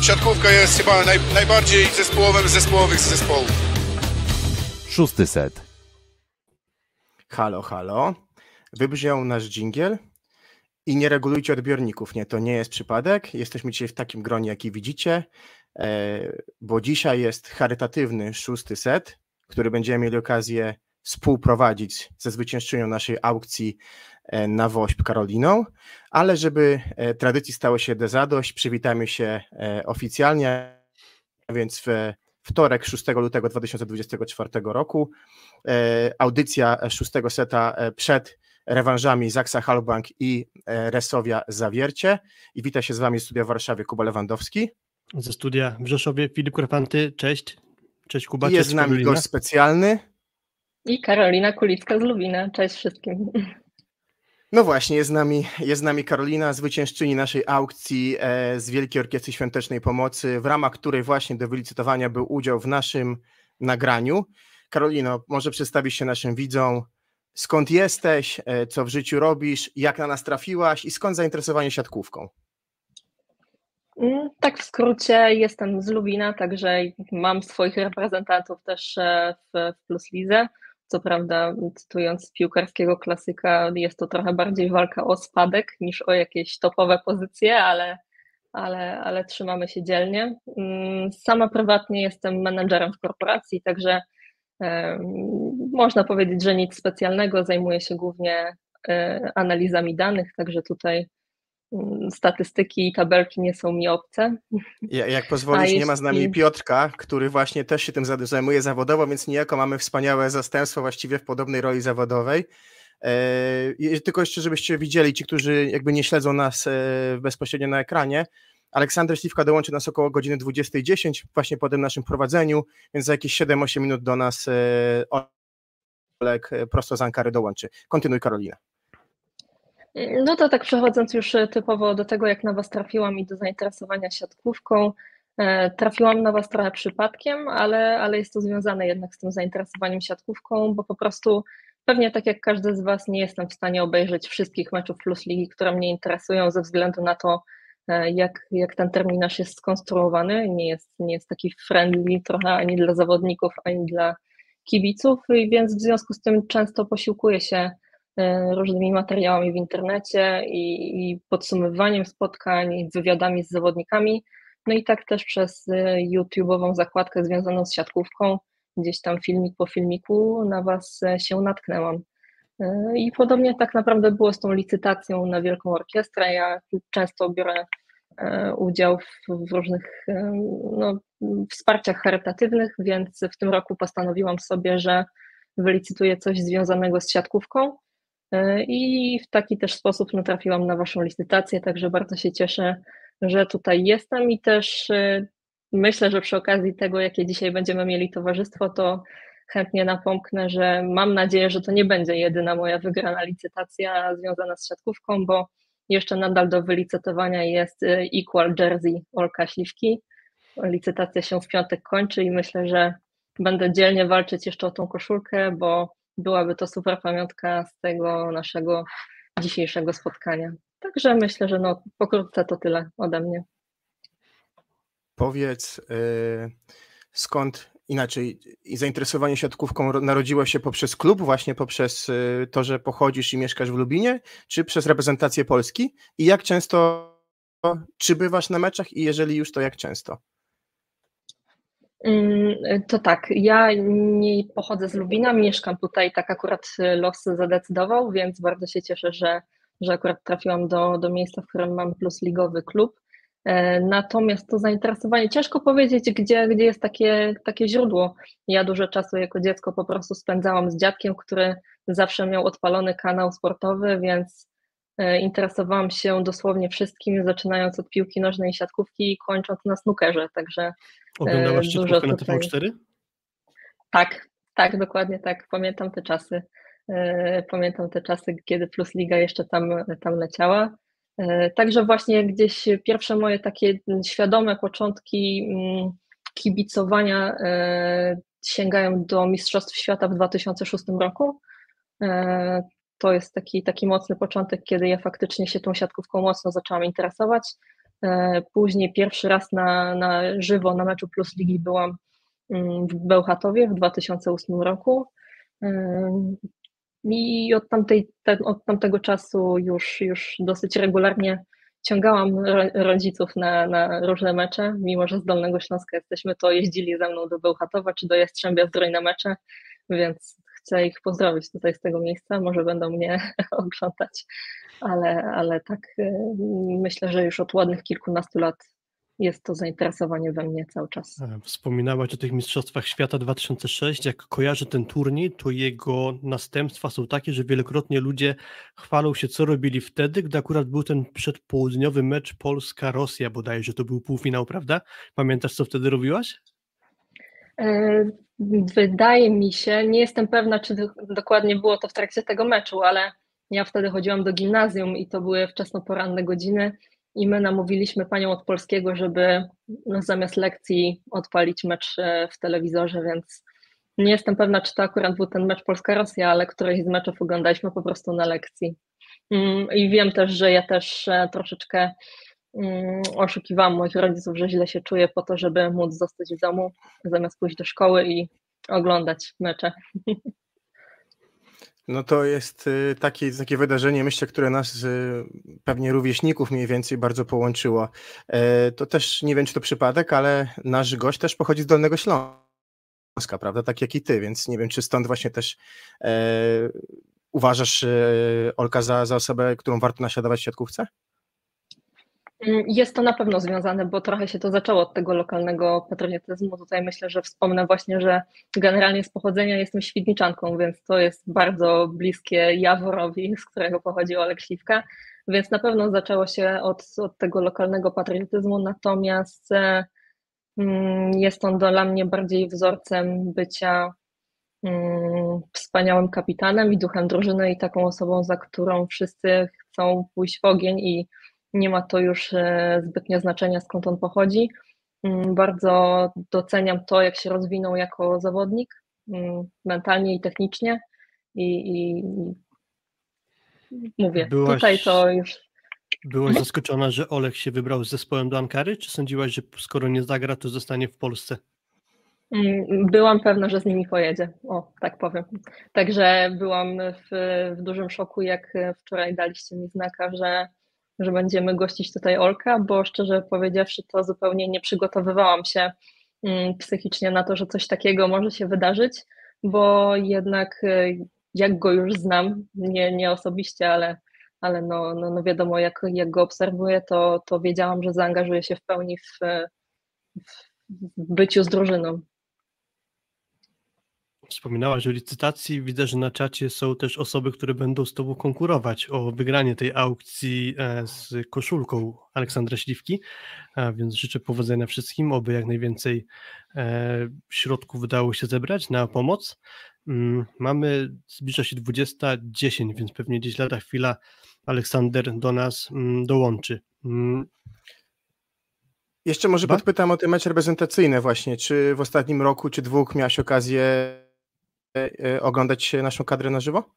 Siatkówka jest chyba najbardziej zespołowym z zespołów. Szósty set. Halo, halo. Wybrzmiał nasz dżingiel i nie regulujcie odbiorników. Nie, to nie jest przypadek. Jesteśmy dzisiaj w takim gronie, jaki widzicie, bo dzisiaj jest charytatywny szósty set, który będziemy mieli okazję współprowadzić ze zwyciężczynią naszej aukcji na WOŚP Karoliną, ale żeby tradycji stało się zadość, przywitajmy się oficjalnie, a więc w wtorek 6 lutego 2024 roku audycja szóstego seta przed rewanżami Zaksa Halbank i Resowia Zawiercie. I wita się z wami z studia w Warszawie Kuba Lewandowski. Ze studia w Rzeszowie Filip Korfanty. Cześć. Cześć Kuba. I jest z nami gość specjalny. I Karolina Kulicka z Lubina. Cześć wszystkim. No właśnie, jest z nami Karolina, zwyciężczyni naszej aukcji z Wielkiej Orkiestry Świątecznej Pomocy, w ramach której właśnie do wylicytowania był udział w naszym nagraniu. Karolino, może przedstawisz się naszym widzom, skąd jesteś, co w życiu robisz, jak na nas trafiłaś i skąd zainteresowanie siatkówką? Tak w skrócie, jestem z Lubina, także mam swoich reprezentantów też w Plus Lidze. Co prawda, cytując piłkarskiego klasyka, jest to trochę bardziej walka o spadek niż o jakieś topowe pozycje, ale trzymamy się dzielnie. Sama prywatnie jestem menedżerem w korporacji, także można powiedzieć, że nic specjalnego. Zajmuję się głównie analizami danych, także tutaj statystyki i tabelki nie są mi obce. Jak pozwolisz, nie ma z nami Piotrka, który właśnie też się tym zajmuje zawodowo, więc niejako mamy wspaniałe zastępstwo właściwie w podobnej roli zawodowej. Tylko jeszcze, żebyście widzieli, ci, którzy jakby nie śledzą nas bezpośrednio na ekranie, Aleksander Śliwka dołączy nas około godziny 20:10 właśnie po tym naszym prowadzeniu, więc za jakieś 7-8 minut do nas Olek prosto z Ankary dołączy. Kontynuuj, Karolina. No to tak przechodząc już typowo do tego, jak na was trafiłam i do zainteresowania siatkówką. Trafiłam na was trochę przypadkiem, ale jest to związane jednak z tym zainteresowaniem siatkówką, bo po prostu pewnie tak jak każdy z was nie jestem w stanie obejrzeć wszystkich meczów Plus Ligi, które mnie interesują ze względu na to, jak ten terminarz jest skonstruowany. Nie jest taki friendly trochę ani dla zawodników, ani dla kibiców, więc w związku z tym często posiłkuję się różnymi materiałami w internecie i podsumowywaniem spotkań, wywiadami z zawodnikami. No i tak też przez YouTube'ową zakładkę związaną z siatkówką, gdzieś tam filmik po filmiku na was się natknęłam. I podobnie tak naprawdę było z tą licytacją na Wielką Orkiestrę. Ja często biorę udział w różnych wsparciach charytatywnych, więc w tym roku postanowiłam sobie, że wylicytuję coś związanego z siatkówką i w taki też sposób natrafiłam na waszą licytację, także bardzo się cieszę, że tutaj jestem i też myślę, że przy okazji tego, jakie dzisiaj będziemy mieli towarzystwo, to chętnie napomknę, że mam nadzieję, że to nie będzie jedyna moja wygrana licytacja związana z siatkówką, bo jeszcze nadal do wylicytowania jest Equal Jersey Olka Śliwki. Licytacja się w piątek kończy i myślę, że będę dzielnie walczyć jeszcze o tą koszulkę, bo byłaby to super pamiątka z tego naszego dzisiejszego spotkania. Także myślę, że pokrótce to tyle ode mnie. Powiedz, skąd inaczej zainteresowanie siatkówką narodziło się poprzez klub, właśnie poprzez to, że pochodzisz i mieszkasz w Lubinie, czy przez reprezentację Polski? I jak często, czy bywasz na meczach i jeżeli już, to jak często? To tak, ja nie pochodzę z Lubina, mieszkam tutaj, tak akurat los zadecydował, więc bardzo się cieszę, że akurat trafiłam do miejsca, w którym mam plusligowy klub. Natomiast to zainteresowanie, ciężko powiedzieć, gdzie jest takie źródło. Ja dużo czasu jako dziecko po prostu spędzałam z dziadkiem, który zawsze miał odpalony kanał sportowy, więc interesowałam się dosłownie wszystkim, zaczynając od piłki nożnej i siatkówki i kończąc na snookerze, także oglądałaś siatkówkę na tutaj... TV4? Tak, dokładnie tak, pamiętam te czasy. Pamiętam te czasy, kiedy Plus Liga jeszcze tam leciała. Także właśnie gdzieś pierwsze moje takie świadome początki kibicowania sięgają do Mistrzostw Świata w 2006 roku. To jest taki mocny początek, kiedy ja faktycznie się tą siatkówką mocno zaczęłam interesować. Później pierwszy raz na żywo na meczu Plus Ligi byłam w Bełchatowie w 2008 roku. I od tamtego czasu już dosyć regularnie ciągałam rodziców na różne mecze, mimo że z Dolnego Śląska jesteśmy, to jeździli ze mną do Bełchatowa czy do Jastrzębia-Zdrój na mecze, więc chcę ich pozdrowić tutaj z tego miejsca, może będą mnie oglądać, ale tak myślę, że już od ładnych kilkunastu lat jest to zainteresowanie we mnie cały czas. Wspominałaś o tych Mistrzostwach Świata 2006. Jak kojarzę ten turniej, to jego następstwa są takie, że wielokrotnie ludzie chwalą się, co robili wtedy, gdy akurat był ten przedpołudniowy mecz Polska-Rosja bodajże, to był półfinał, prawda? Pamiętasz, co wtedy robiłaś? Wydaje mi się, nie jestem pewna, czy dokładnie było to w trakcie tego meczu, ale ja wtedy chodziłam do gimnazjum i to były wczesnoporanne godziny i my namówiliśmy panią od polskiego, żeby zamiast lekcji odpalić mecz w telewizorze, więc nie jestem pewna, czy to akurat był ten mecz Polska-Rosja, ale któryś z meczów oglądaliśmy po prostu na lekcji. I wiem też, że ja też troszeczkę oszukiwałam moich rodziców, że źle się czuję po to, żeby móc zostać w domu, zamiast pójść do szkoły i oglądać mecze. No to jest takie wydarzenie, myślę, które nas, pewnie rówieśników mniej więcej bardzo połączyło. To też, nie wiem czy to przypadek, ale nasz gość też pochodzi z Dolnego Śląska, prawda, tak jak i ty, więc nie wiem czy stąd właśnie też uważasz Olka za osobę, którą warto naśladować w siatkówce? Jest to na pewno związane, bo trochę się to zaczęło od tego lokalnego patriotyzmu. Tutaj myślę, że wspomnę właśnie, że generalnie z pochodzenia jestem świdniczanką, więc to jest bardzo bliskie Jaworowi, z którego pochodzi Olek Śliwka, więc na pewno zaczęło się od tego lokalnego patriotyzmu, natomiast jest on dla mnie bardziej wzorcem bycia wspaniałym kapitanem i duchem drużyny i taką osobą, za którą wszyscy chcą pójść w ogień i nie ma to już zbytnio znaczenia, skąd on pochodzi. Bardzo doceniam to, jak się rozwinął jako zawodnik, mentalnie i technicznie. I mówię, tutaj to już... Byłaś zaskoczona, że Olek się wybrał z zespołem do Ankary, czy sądziłaś, że skoro nie zagra, to zostanie w Polsce? Byłam pewna, że z nimi pojedzie, o tak powiem. Także byłam w dużym szoku, jak wczoraj daliście mi znaka, że będziemy gościć tutaj Olka, bo szczerze powiedziawszy, to zupełnie nie przygotowywałam się psychicznie na to, że coś takiego może się wydarzyć, bo jednak jak go już znam, nie osobiście, ale no wiadomo, jak go obserwuję, to wiedziałam, że zaangażuję się w pełni w byciu z drużyną. Wspominałaś o licytacji, widzę, że na czacie są też osoby, które będą z tobą konkurować o wygranie tej aukcji z koszulką Aleksandra Śliwki, więc życzę powodzenia wszystkim, oby jak najwięcej środków udało się zebrać na pomoc. Zbliża się 20:10, więc pewnie gdzieś lada chwila Aleksander do nas dołączy. Jeszcze może podpytam o te mecze reprezentacyjne właśnie, czy w ostatnim roku, czy dwóch miałaś okazję oglądać naszą kadrę na żywo?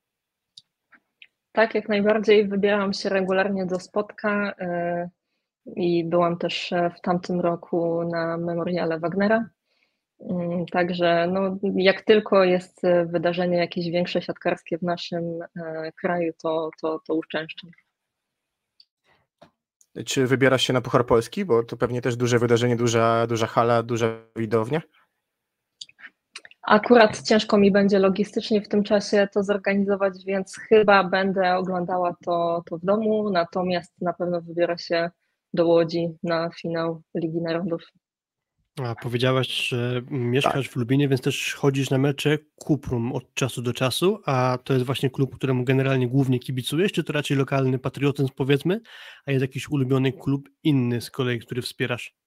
Tak, jak najbardziej. Wybierałam się regularnie do spotka i byłam też w tamtym roku na memoriale Wagnera. Także no, jak tylko jest wydarzenie jakieś większe siatkarskie w naszym kraju, to uczęszczam. Czy wybierasz się na Puchar Polski? Bo to pewnie też duże wydarzenie, duża hala, duża widownia. Akurat ciężko mi będzie logistycznie w tym czasie to zorganizować, więc chyba będę oglądała to w domu, natomiast na pewno wybiorę się do Łodzi na finał Ligi Narodów. A powiedziałaś, że mieszkasz w Lubinie, więc też chodzisz na mecze Kuprum od czasu do czasu, a to jest właśnie klub, któremu generalnie głównie kibicujesz, czy to raczej lokalny patriotyzm powiedzmy, a jest jakiś ulubiony klub inny z kolei, który wspierasz?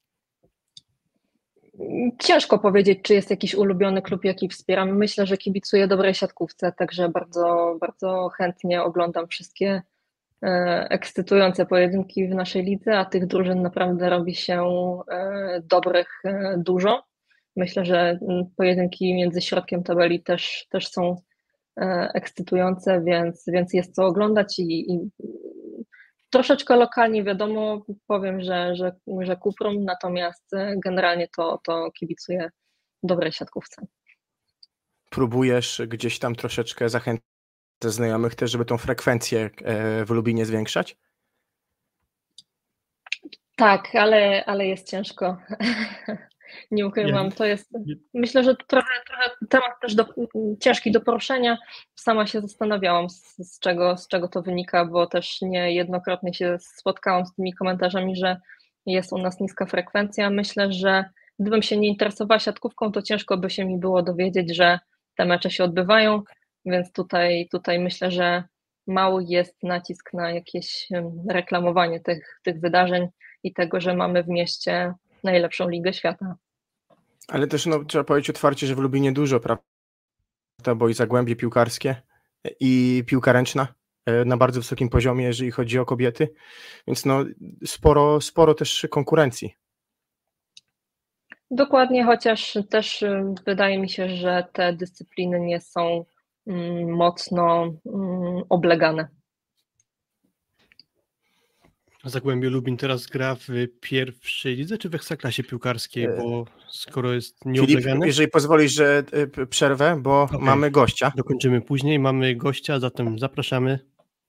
Ciężko powiedzieć, czy jest jakiś ulubiony klub, jaki wspieram. Myślę, że kibicuję dobrej siatkówce, także bardzo, bardzo chętnie oglądam wszystkie ekscytujące pojedynki w naszej lidze, a tych drużyn naprawdę robi się dobrych dużo. Myślę, że pojedynki między środkiem tabeli też są ekscytujące, więc jest co oglądać i Troszeczkę lokalnie wiadomo, powiem, że Cuprum, natomiast generalnie to kibicuję dobrej siatkówce. Próbujesz gdzieś tam troszeczkę zachęcać znajomych też, żeby tą frekwencję w Lubinie zwiększać? Tak, ale jest ciężko. Nie ukrywam, to jest, myślę, że trochę temat też ciężki do poruszenia. Sama się zastanawiałam, z czego to wynika, bo też niejednokrotnie się spotkałam z tymi komentarzami, że jest u nas niska frekwencja. Myślę, że gdybym się nie interesowała siatkówką, to ciężko by się mi było dowiedzieć, że te mecze się odbywają, więc tutaj myślę, że mały jest nacisk na jakieś reklamowanie tych wydarzeń i tego, że mamy w mieście najlepszą ligę świata. Ale też trzeba powiedzieć otwarcie, że w Lubinie dużo, prawda, bo i Zagłębie piłkarskie i piłka ręczna na bardzo wysokim poziomie, jeżeli chodzi o kobiety, więc sporo też konkurencji. Dokładnie, chociaż też wydaje mi się, że te dyscypliny nie są mocno oblegane. Zagłębie Lubin teraz gra w pierwszej lidze czy w ekstraklasie piłkarskiej, bo skoro jest nieoblegane... Filip, jeżeli pozwolisz, że przerwę, bo Okay. mamy gościa. Dokończymy później, mamy gościa, zatem zapraszamy.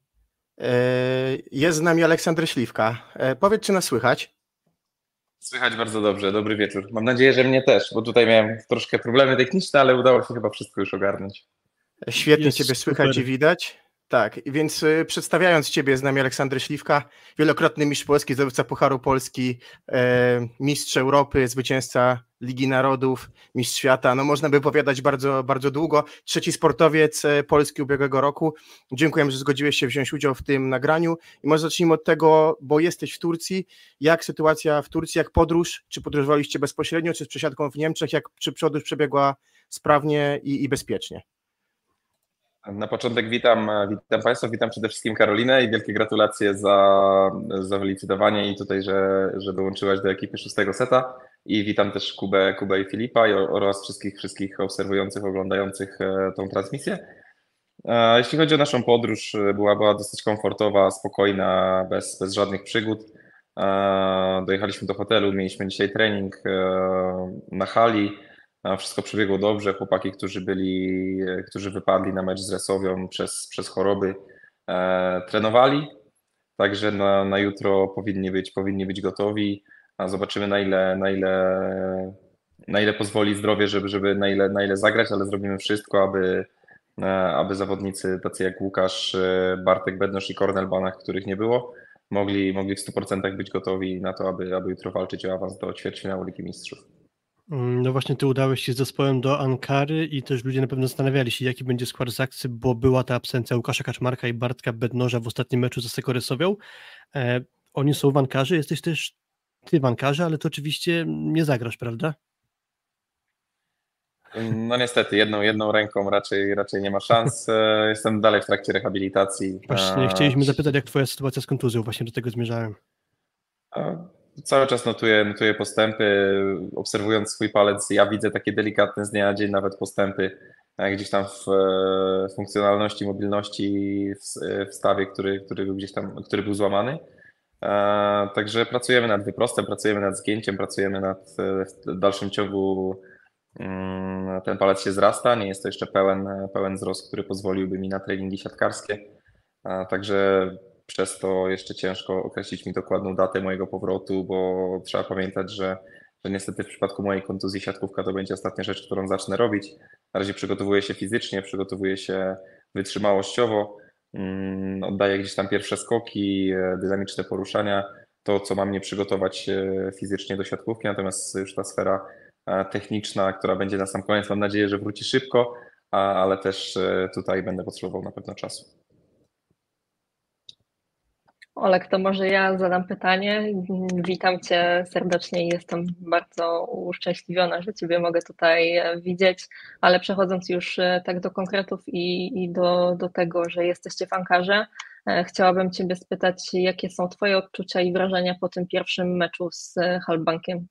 Jest z nami Aleksander Śliwka. Powiedz, czy nas słychać? Słychać bardzo dobrze, dobry wieczór. Mam nadzieję, że mnie też, bo tutaj miałem troszkę problemy techniczne, ale udało się chyba wszystko już ogarnąć. Świetnie Ciebie słychać i widać. Tak, więc przedstawiając Ciebie, z nami Aleksander Śliwka, wielokrotny mistrz Polski, zdobywca Pucharu Polski, mistrz Europy, zwycięzca Ligi Narodów, mistrz świata. Można by opowiadać bardzo, bardzo długo. Trzeci sportowiec Polski ubiegłego roku. Dziękujemy, że zgodziłeś się wziąć udział w tym nagraniu. I może zacznijmy od tego, bo jesteś w Turcji. Jak sytuacja w Turcji, jak podróż? Czy podróżowaliście bezpośrednio, czy z przesiadką w Niemczech? Czy podróż przebiegła sprawnie i bezpiecznie? Na początek witam Państwa, witam przede wszystkim Karolinę i wielkie gratulacje za wylicytowanie i tutaj, że dołączyłaś do ekipy 6. seta i witam też Kubę i Filipa oraz wszystkich obserwujących, oglądających tą transmisję. Jeśli chodzi o naszą podróż, była dosyć komfortowa, spokojna, bez żadnych przygód. Dojechaliśmy do hotelu, mieliśmy dzisiaj trening na hali. Wszystko przebiegło dobrze. Chłopaki, którzy wypadli na mecz z Resowią przez choroby, trenowali. Także na jutro powinni być gotowi. Zobaczymy na ile pozwoli zdrowie, żeby na ile zagrać, ale zrobimy wszystko, aby zawodnicy tacy jak Łukasz, Bartek Bednosz i Kornel Banach, których nie było, mogli w 100% być gotowi na to, aby jutro walczyć o awans do ćwierćfinału Ligi Mistrzów. No właśnie, ty udałeś się z zespołem do Ankary i też ludzie na pewno zastanawiali się, jaki będzie skład Zaksy, bo była ta absencja Łukasza Kaczmarka i Bartka Bednoża w ostatnim meczu ze Sekoresowią. Oni są w Ankarze, jesteś też ty w Ankarze, ale to oczywiście nie zagrasz, prawda? No niestety, jedną ręką raczej nie ma szans. Jestem dalej w trakcie rehabilitacji. Właśnie chcieliśmy zapytać, jak twoja sytuacja z kontuzją, właśnie do tego zmierzałem. Cały czas notuję postępy, obserwując swój palec, ja widzę takie delikatne z dnia na dzień nawet postępy gdzieś tam w funkcjonalności, mobilności w stawie, który był złamany. Także pracujemy nad wyprostem, pracujemy nad zgięciem, pracujemy w dalszym ciągu. Ten palec się zrasta, nie jest to jeszcze pełen wzrost, który pozwoliłby mi na treningi siatkarskie. Także przez to jeszcze ciężko określić mi dokładną datę mojego powrotu, bo trzeba pamiętać, że niestety w przypadku mojej kontuzji siatkówka to będzie ostatnia rzecz, którą zacznę robić. Na razie przygotowuję się fizycznie, przygotowuję się wytrzymałościowo, oddaję gdzieś tam pierwsze skoki, dynamiczne poruszania, to co ma mnie przygotować fizycznie do siatkówki, natomiast już ta sfera techniczna, która będzie na sam koniec, mam nadzieję, że wróci szybko, ale też tutaj będę potrzebował na pewno czasu. Olek, to może ja zadam pytanie. Witam Cię serdecznie i jestem bardzo uszczęśliwiona, że Ciebie mogę tutaj widzieć, ale przechodząc już tak do konkretów i do tego, że jesteście w Ankarze, chciałabym Ciebie spytać, jakie są Twoje odczucia i wrażenia po tym pierwszym meczu z Halbankiem?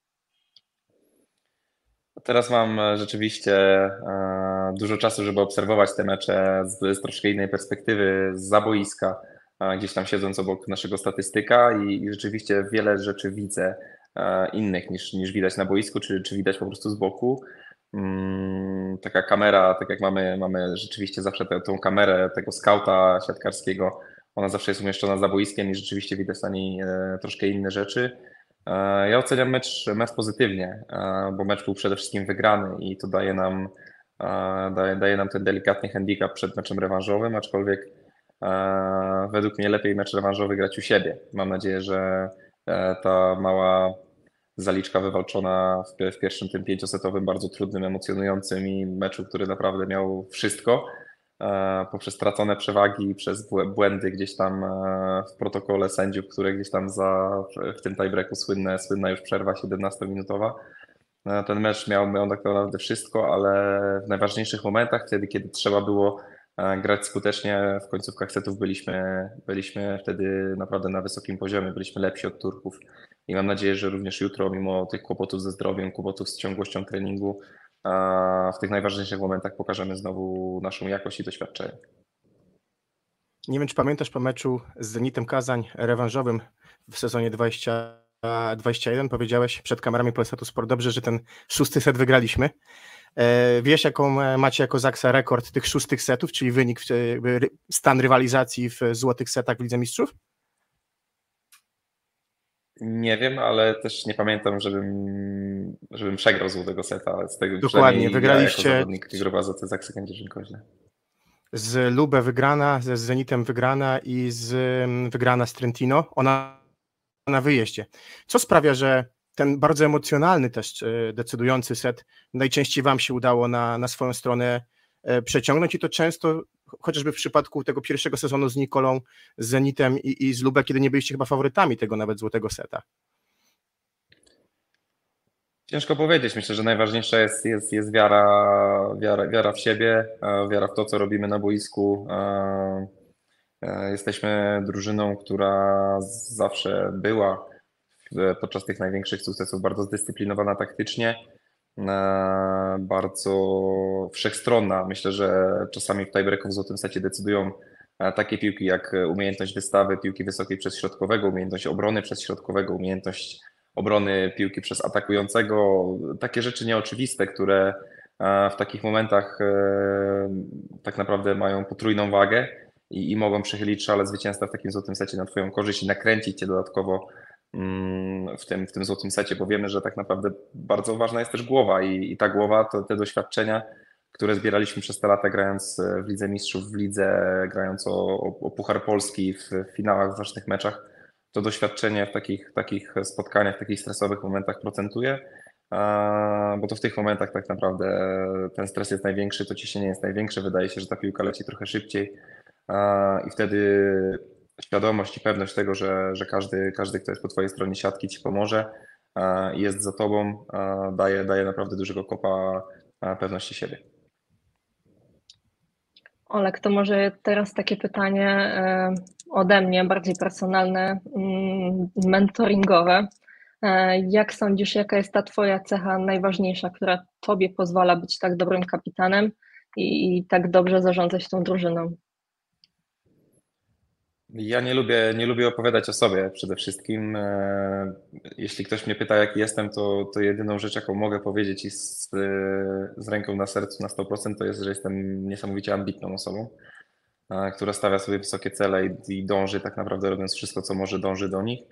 Teraz mam rzeczywiście dużo czasu, żeby obserwować te mecze z troszkę innej perspektywy, zza boiska. gdzieś tam siedząc obok naszego statystyka i rzeczywiście wiele rzeczy widzę innych niż widać na boisku, czy widać po prostu z boku. Taka kamera, tak jak mamy rzeczywiście zawsze tą kamerę tego skauta siatkarskiego, ona zawsze jest umieszczona za boiskiem i rzeczywiście widać na niej troszkę inne rzeczy. Ja oceniam mecz pozytywnie, bo mecz był przede wszystkim wygrany i to daje nam ten delikatny handicap przed meczem rewanżowym, aczkolwiek według mnie lepiej mecz rewanżowy grać u siebie. Mam nadzieję, że ta mała zaliczka wywalczona w pierwszym tym 5-setowym, bardzo trudnym, emocjonującym i meczu, który naprawdę miał wszystko, poprzez stracone przewagi, przez błędy gdzieś tam w protokole sędziów, które gdzieś tam w tym tiebreaku słynna już przerwa 17-minutowa. Ten mecz miał tak naprawdę wszystko, ale w najważniejszych momentach, wtedy kiedy trzeba było grać skutecznie, w końcówkach setów byliśmy wtedy naprawdę na wysokim poziomie, byliśmy lepsi od Turków i mam nadzieję, że również jutro, mimo tych kłopotów ze zdrowiem, kłopotów z ciągłością treningu, w tych najważniejszych momentach pokażemy znowu naszą jakość i doświadczenie. Nie wiem, czy pamiętasz po meczu z Zenitem Kazań rewanżowym w sezonie 2021, powiedziałeś przed kamerami Polsatu Sport dobrze, że ten 6. set wygraliśmy. Wiesz, jaką macie jako Zaksa rekord tych 6 setów, czyli wynik, stan rywalizacji w złotych setach w Lidze Mistrzów? Nie wiem, ale też nie pamiętam, żebym przegrał złotego seta. Z tego dokładnie, wygraliście. Ja jako zawodnik grywa za Zaksy Kędzierzyn-Koźle. Z Lubę wygrana, z Zenitem wygrana i wygrana z Trentino. Ona na wyjeździe. Co sprawia, że ten bardzo emocjonalny też decydujący set najczęściej wam się udało na swoją stronę przeciągnąć i to często, chociażby w przypadku tego pierwszego sezonu z Nikolą, z Zenitem i z Lubę, kiedy nie byliście chyba faworytami tego nawet złotego seta. Ciężko powiedzieć. Myślę, że najważniejsza jest wiara w siebie, wiara w to, co robimy na boisku. Jesteśmy drużyną, która zawsze była podczas tych największych sukcesów bardzo zdyscyplinowana taktycznie, bardzo wszechstronna. Myślę, że czasami w tiebreaku w złotym secie decydują takie piłki jak umiejętność wystawy piłki wysokiej przez środkowego, umiejętność obrony przez środkowego, umiejętność obrony piłki przez atakującego. Takie rzeczy nieoczywiste, które w takich momentach tak naprawdę mają potrójną wagę i mogą przechylić szale zwycięstwa w takim złotym secie na twoją korzyść i nakręcić cię dodatkowo w tym złotym secie, bo wiemy, że tak naprawdę bardzo ważna jest też głowa i ta głowa, to te doświadczenia, które zbieraliśmy przez te lata grając w Lidze Mistrzów, w lidze, grając o Puchar Polski w finałach, w ważnych meczach, to doświadczenie w takich spotkaniach, w takich stresowych momentach procentuje, bo to w tych momentach tak naprawdę ten stres jest największy, to ciśnienie jest największe, wydaje się, że ta piłka leci trochę szybciej i wtedy świadomość i pewność tego, że każdy, kto jest po twojej stronie siatki, ci pomoże i jest za tobą, daje naprawdę dużego kopa pewności siebie. Olek, to może teraz takie pytanie ode mnie, bardziej personalne, mentoringowe. Jak sądzisz, jaka jest ta twoja cecha najważniejsza, która tobie pozwala być tak dobrym kapitanem i tak dobrze zarządzać tą drużyną? Ja nie lubię opowiadać o sobie przede wszystkim. Jeśli ktoś mnie pyta, jaki jestem, to jedyną rzecz, jaką mogę powiedzieć i z ręką na sercu na 100%, to jest, że jestem niesamowicie ambitną osobą, która stawia sobie wysokie cele i dąży tak naprawdę, robiąc wszystko, co może, dąży do nich.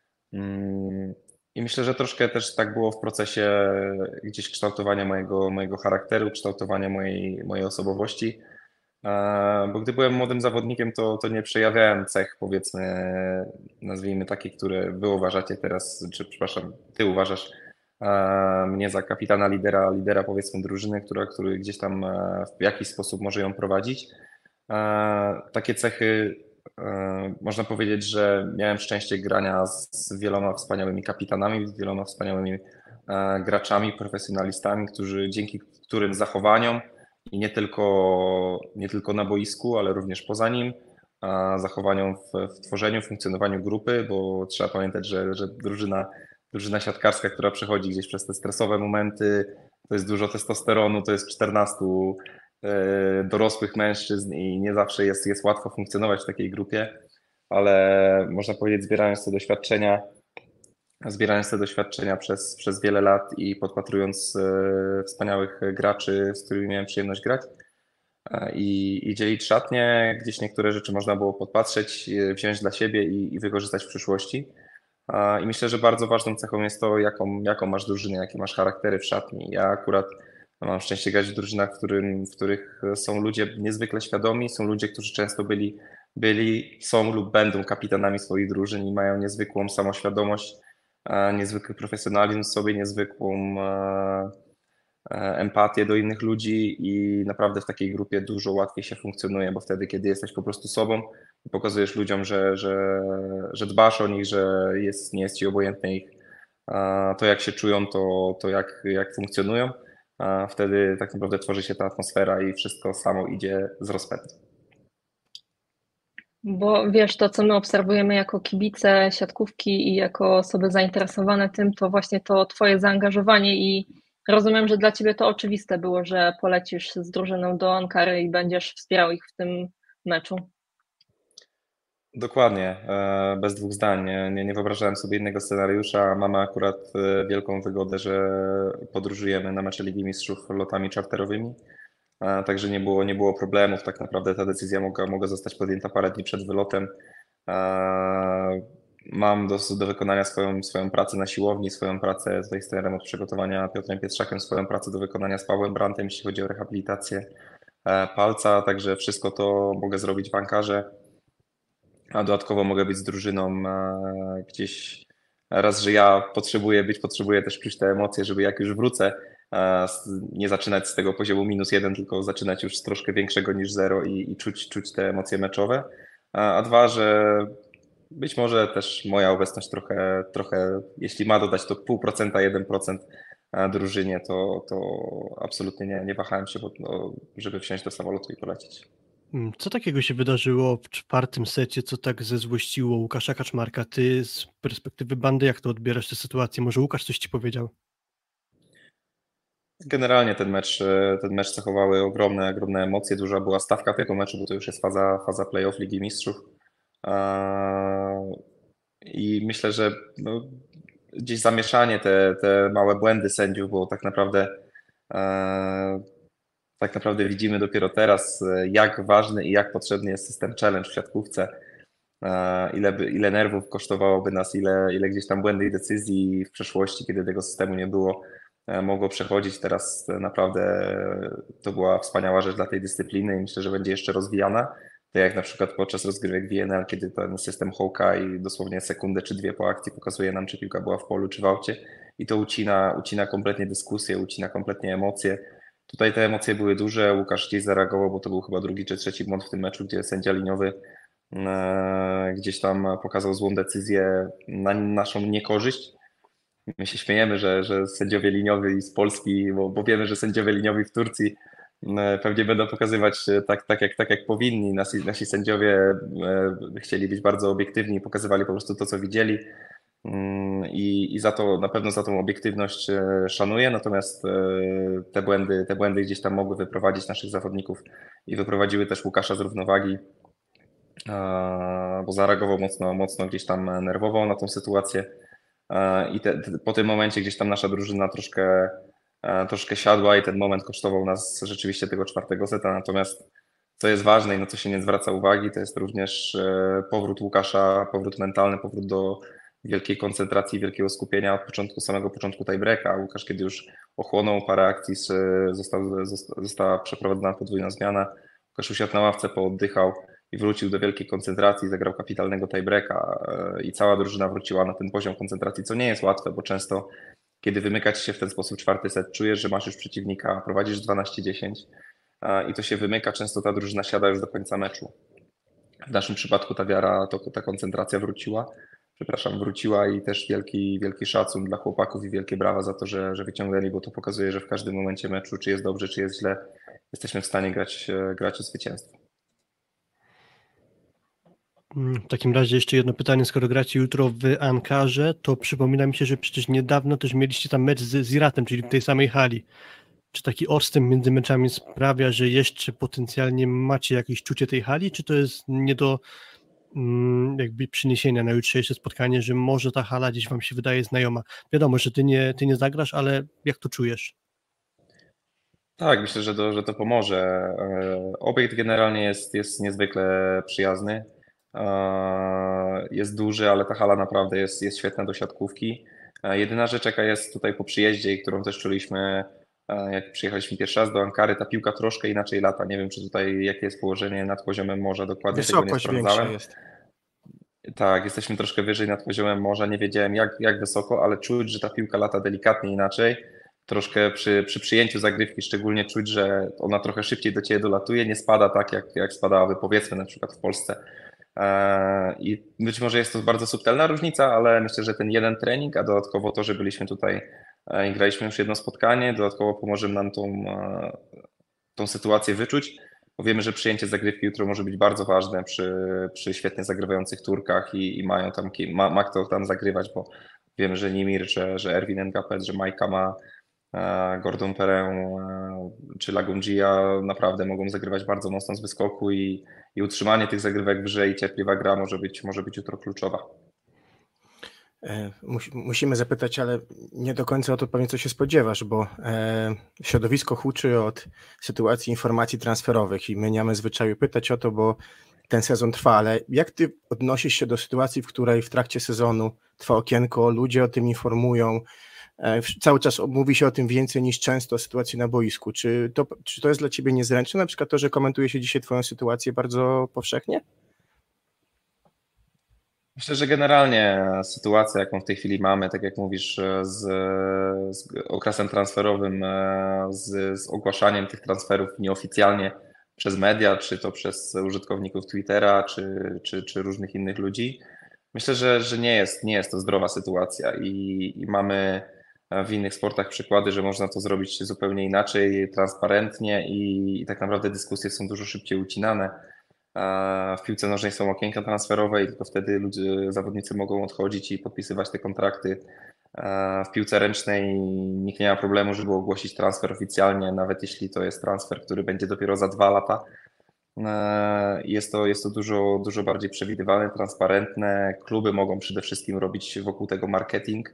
I myślę, że troszkę też tak było w procesie gdzieś kształtowania mojego charakteru, kształtowania mojej osobowości. Bo gdy byłem młodym zawodnikiem, to nie przejawiałem cech, powiedzmy, nazwijmy takie, które wy uważacie teraz, czy przepraszam, ty uważasz mnie za kapitana, lidera powiedzmy drużyny, który gdzieś tam w jakiś sposób może ją prowadzić. Takie cechy, można powiedzieć, że miałem szczęście grania z wieloma wspaniałymi kapitanami, z wieloma wspaniałymi graczami, profesjonalistami, dzięki którym zachowaniom i nie tylko na boisku, ale również poza nim, zachowaniom w tworzeniu, funkcjonowaniu grupy, bo trzeba pamiętać, że drużyna siatkarska, która przechodzi gdzieś przez te stresowe momenty, to jest dużo testosteronu, to jest 14 dorosłych mężczyzn i nie zawsze jest łatwo funkcjonować w takiej grupie. ale można powiedzieć, zbierając te doświadczenia przez wiele lat i podpatrując wspaniałych graczy, z którymi miałem przyjemność grać i dzielić szatnię, gdzieś niektóre rzeczy można było podpatrzeć, wziąć dla siebie i wykorzystać w przyszłości. I myślę, że bardzo ważną cechą jest to, jaką masz drużynę, jakie masz charaktery w szatni. Ja akurat mam szczęście grać w drużynach, w których są ludzie niezwykle świadomi, są ludzie, którzy często są lub będą kapitanami swoich drużyn i mają niezwykłą samoświadomość, niezwykły profesjonalizm w sobie, niezwykłą empatię do innych ludzi i naprawdę w takiej grupie dużo łatwiej się funkcjonuje, bo wtedy, kiedy jesteś po prostu sobą i pokazujesz ludziom, że dbasz o nich, że nie jest ci obojętne ich to, jak się czują, to jak funkcjonują, wtedy tak naprawdę tworzy się ta atmosfera i wszystko samo idzie z rozpędu. Bo wiesz, to co my obserwujemy jako kibice siatkówki i jako osoby zainteresowane tym, to właśnie to twoje zaangażowanie i rozumiem, że dla ciebie to oczywiste było, że polecisz z drużyną do Ankary i będziesz wspierał ich w tym meczu. Dokładnie, bez dwóch zdań. Nie wyobrażałem sobie innego scenariusza. Mamy akurat wielką wygodę, że podróżujemy na mecze Ligi Mistrzów lotami czarterowymi, także nie było problemów. Tak naprawdę ta decyzja mogła zostać podjęta parę dni przed wylotem. Mam do wykonania swoją pracę na siłowni, swoją pracę z trenerem od przygotowania Piotrem Pietrzakiem, swoją pracę do wykonania z Pawłem Brantem, jeśli chodzi o rehabilitację palca, także wszystko to mogę zrobić w Ankarze. A dodatkowo mogę być z drużyną gdzieś, raz, że ja potrzebuję też czuć te emocje, żeby jak już wrócę, nie zaczynać z tego poziomu -1, tylko zaczynać już z troszkę większego niż 0 i czuć te emocje meczowe. A dwa, że być może też moja obecność trochę, jeśli ma dodać to 0,5%, 1% drużynie, to absolutnie nie wahałem się, żeby wsiąść do samolotu i polecieć. Co takiego się wydarzyło w 4. secie, co tak zezłościło Łukasza Kaczmarka? Ty z perspektywy bandy, jak to odbierasz tę sytuację? Może Łukasz coś ci powiedział? Generalnie ten mecz cechowały ogromne emocje, duża była stawka tego meczu, bo to już jest faza play-off Ligi Mistrzów. I myślę, że gdzieś zamieszanie, te małe błędy sędziów, bo tak naprawdę widzimy dopiero teraz, jak ważny i jak potrzebny jest system challenge w siatkówce. Ile nerwów kosztowałoby nas, ile gdzieś tam błędnych decyzji w przeszłości, kiedy tego systemu nie było, mogło przechodzić. Teraz naprawdę to była wspaniała rzecz dla tej dyscypliny i myślę, że będzie jeszcze rozwijana. Tak jak na przykład podczas rozgrywek WNL, kiedy ten system Hawkeye dosłownie sekundę czy dwie po akcji pokazuje nam, czy piłka była w polu, czy w aucie i to ucina kompletnie dyskusję, ucina kompletnie emocje. Tutaj te emocje były duże, Łukasz gdzieś zareagował, bo to był chyba 2. czy 3. błąd w tym meczu, gdzie sędzia liniowy gdzieś tam pokazał złą decyzję na naszą niekorzyść. My się śmiejemy, że sędziowie liniowi z Polski, bo wiemy, że sędziowie liniowi w Turcji pewnie będą pokazywać tak jak powinni. Nasi sędziowie chcieli być bardzo obiektywni, pokazywali po prostu to, co widzieli. I na pewno za tą obiektywność szanuję, natomiast te błędy gdzieś tam mogły wyprowadzić naszych zawodników i wyprowadziły też Łukasza z równowagi, bo zareagował mocno gdzieś tam nerwowo na tą sytuację i po tym momencie gdzieś tam nasza drużyna troszkę siadła i ten moment kosztował nas rzeczywiście tego 4. seta, natomiast co jest ważne i na co się nie zwraca uwagi, to jest również powrót Łukasza, powrót mentalny, powrót do wielkiej koncentracji, wielkiego skupienia od samego początku tiebreaka. Łukasz, kiedy już ochłonął parę akcji, została przeprowadzona podwójna zmiana. Łukasz usiadł na ławce, pooddychał i wrócił do wielkiej koncentracji, zagrał kapitalnego tiebreaka i cała drużyna wróciła na ten poziom koncentracji, co nie jest łatwe, bo często kiedy wymykać się w ten sposób 4. set, czujesz, że masz już przeciwnika, prowadzisz 12-10 i to się wymyka, często ta drużyna siada już do końca meczu. W naszym przypadku ta koncentracja wróciła i też wielki szacun dla chłopaków i wielkie brawa za to, że wyciągnęli, bo to pokazuje, że w każdym momencie meczu, czy jest dobrze, czy jest źle, jesteśmy w stanie grać o zwycięstwo. W takim razie jeszcze jedno pytanie, skoro gracie jutro w Ankarze, to przypomina mi się, że przecież niedawno też mieliście tam mecz z Iratem, czyli w tej samej hali. Czy taki odstęp między meczami sprawia, że jeszcze potencjalnie macie jakieś czucie tej hali, czy to jest jakby przyniesienia na jutrzejsze spotkanie, że może ta hala gdzieś wam się wydaje znajoma? Wiadomo, że ty nie zagrasz, ale jak to czujesz? Tak, myślę, że to pomoże. Obiekt generalnie jest niezwykle przyjazny. Jest duży, ale ta hala naprawdę jest świetna do siatkówki. Jedyna rzecz, jaka jest tutaj po przyjeździe i którą też czuliśmy, jak przyjechaliśmy pierwszy raz do Ankary, ta piłka troszkę inaczej lata. Nie wiem, czy tutaj jakie jest położenie nad poziomem morza, dokładnie tego nie Wysokość większa sprawdzałem. jest. Tak, jesteśmy troszkę wyżej nad poziomem morza. Nie wiedziałem jak wysoko, ale czuć, że ta piłka lata delikatnie inaczej. Troszkę przy przyjęciu zagrywki szczególnie czuć, że ona trochę szybciej do ciebie dolatuje, nie spada tak jak spadałaby powiedzmy na przykład w Polsce. I być może jest to bardzo subtelna różnica, ale myślę, że ten jeden trening, a dodatkowo to, że byliśmy tutaj i graliśmy już jedno spotkanie, dodatkowo pomoże nam tą sytuację wyczuć, bo wiemy, że przyjęcie zagrywki jutro może być bardzo ważne przy świetnie zagrywających Turkach i mają tam, ma kto tam zagrywać, bo wiemy, że Nimir, że Erwin Ngapet, że Majka ma, Gordon Perę czy Lagundzija naprawdę mogą zagrywać bardzo mocno z wyskoku i utrzymanie tych zagrywek wyżej i cierpliwa gra może być jutro kluczowa. Musimy zapytać, ale nie do końca o to pewnie co się spodziewasz, bo środowisko huczy od sytuacji informacji transferowych i my nie mamy zwyczaju pytać o to, bo ten sezon trwa, ale jak ty odnosisz się do sytuacji, w której w trakcie sezonu trwa okienko, ludzie o tym informują, cały czas mówi się o tym więcej niż często o sytuacji na boisku. Czy to jest dla ciebie niezręczne, na przykład to, że komentuje się dzisiaj twoją sytuację bardzo powszechnie? Myślę, że generalnie sytuacja, jaką w tej chwili mamy, tak jak mówisz, z okresem transferowym, z ogłaszaniem tych nieoficjalnie przez media, czy to przez użytkowników Twittera, czy różnych innych ludzi, myślę, że nie jest to zdrowa sytuacja i mamy w innych sportach przykłady, że można to zrobić zupełnie inaczej, transparentnie i tak naprawdę dyskusje są dużo szybciej ucinane. W piłce nożnej są okienka transferowe i tylko wtedy zawodnicy mogą odchodzić i podpisywać te kontrakty. W piłce ręcznej nikt nie ma problemu, żeby ogłosić transfer oficjalnie, nawet jeśli to jest transfer, który będzie dopiero za 2 lata. Jest to dużo bardziej przewidywalne, transparentne. Kluby mogą przede wszystkim robić wokół tego marketing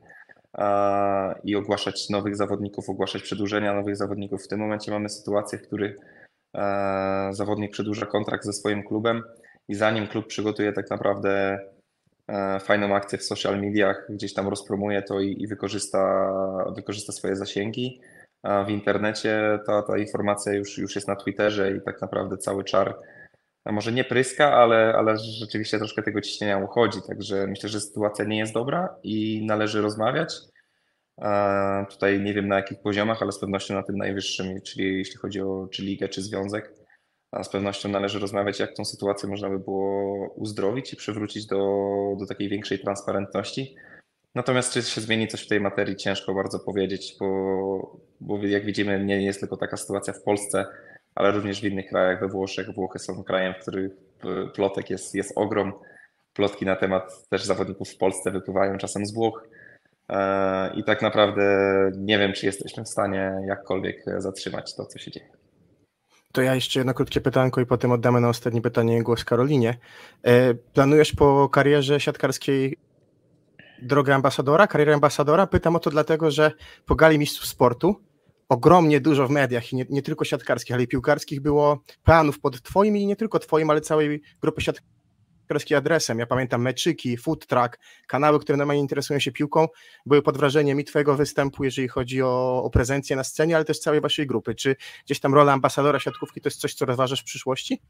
i ogłaszać nowych zawodników, ogłaszać przedłużenia nowych zawodników. W tym momencie mamy sytuację, w której zawodnik przedłuża kontrakt ze swoim klubem i zanim klub przygotuje tak naprawdę fajną akcję w social mediach, gdzieś tam rozpromuje to i wykorzysta swoje zasięgi. W internecie ta informacja już jest na Twitterze i tak naprawdę cały czar może nie pryska, ale rzeczywiście troszkę tego ciśnienia uchodzi, także myślę, że sytuacja nie jest dobra i należy rozmawiać. Tutaj nie wiem na jakich poziomach, ale z pewnością na tym najwyższym, czyli jeśli chodzi o czy ligę, czy związek, z pewnością należy rozmawiać, jak tą sytuację można by było uzdrowić i przywrócić do takiej większej transparentności. Natomiast czy się zmieni coś w tej materii, ciężko bardzo powiedzieć, bo jak widzimy, nie jest tylko taka sytuacja w Polsce, ale również w innych krajach, we Włoszech. Włochy są krajem, w których plotek jest ogrom. Plotki na temat też zawodników w Polsce wypływają czasem z Włoch. I tak naprawdę nie wiem, czy jesteśmy w stanie jakkolwiek zatrzymać to, co się dzieje. To ja jeszcze jedno krótkie pytanko i potem oddamy na ostatnie pytanie głos Karolinie. Planujesz po karierze siatkarskiej drogę ambasadora, karierę ambasadora? Pytam o to dlatego, że po Gali Mistrzów Sportu ogromnie dużo w mediach i nie tylko siatkarskich, ale i piłkarskich było planów pod twoim i nie tylko twoim, ale całej grupy siatkarskiej adresem. Ja pamiętam meczyki, food truck, kanały, które normalnie interesują się piłką, były pod wrażeniem i twojego występu, jeżeli chodzi o prezencję na scenie, ale też całej waszej grupy. Czy gdzieś tam rola ambasadora siatkówki to jest coś, co rozważasz w przyszłości?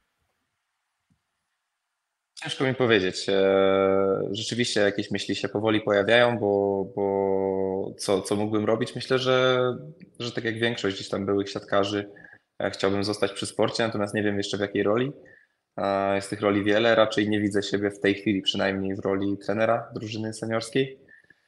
Ciężko mi powiedzieć. Rzeczywiście jakieś myśli się powoli pojawiają, bo co mógłbym robić? Myślę, że tak jak większość gdzieś tam byłych siatkarzy, chciałbym zostać przy sporcie, natomiast nie wiem jeszcze w jakiej roli. Jest tych roli wiele, raczej nie widzę siebie w tej chwili przynajmniej w roli trenera drużyny seniorskiej.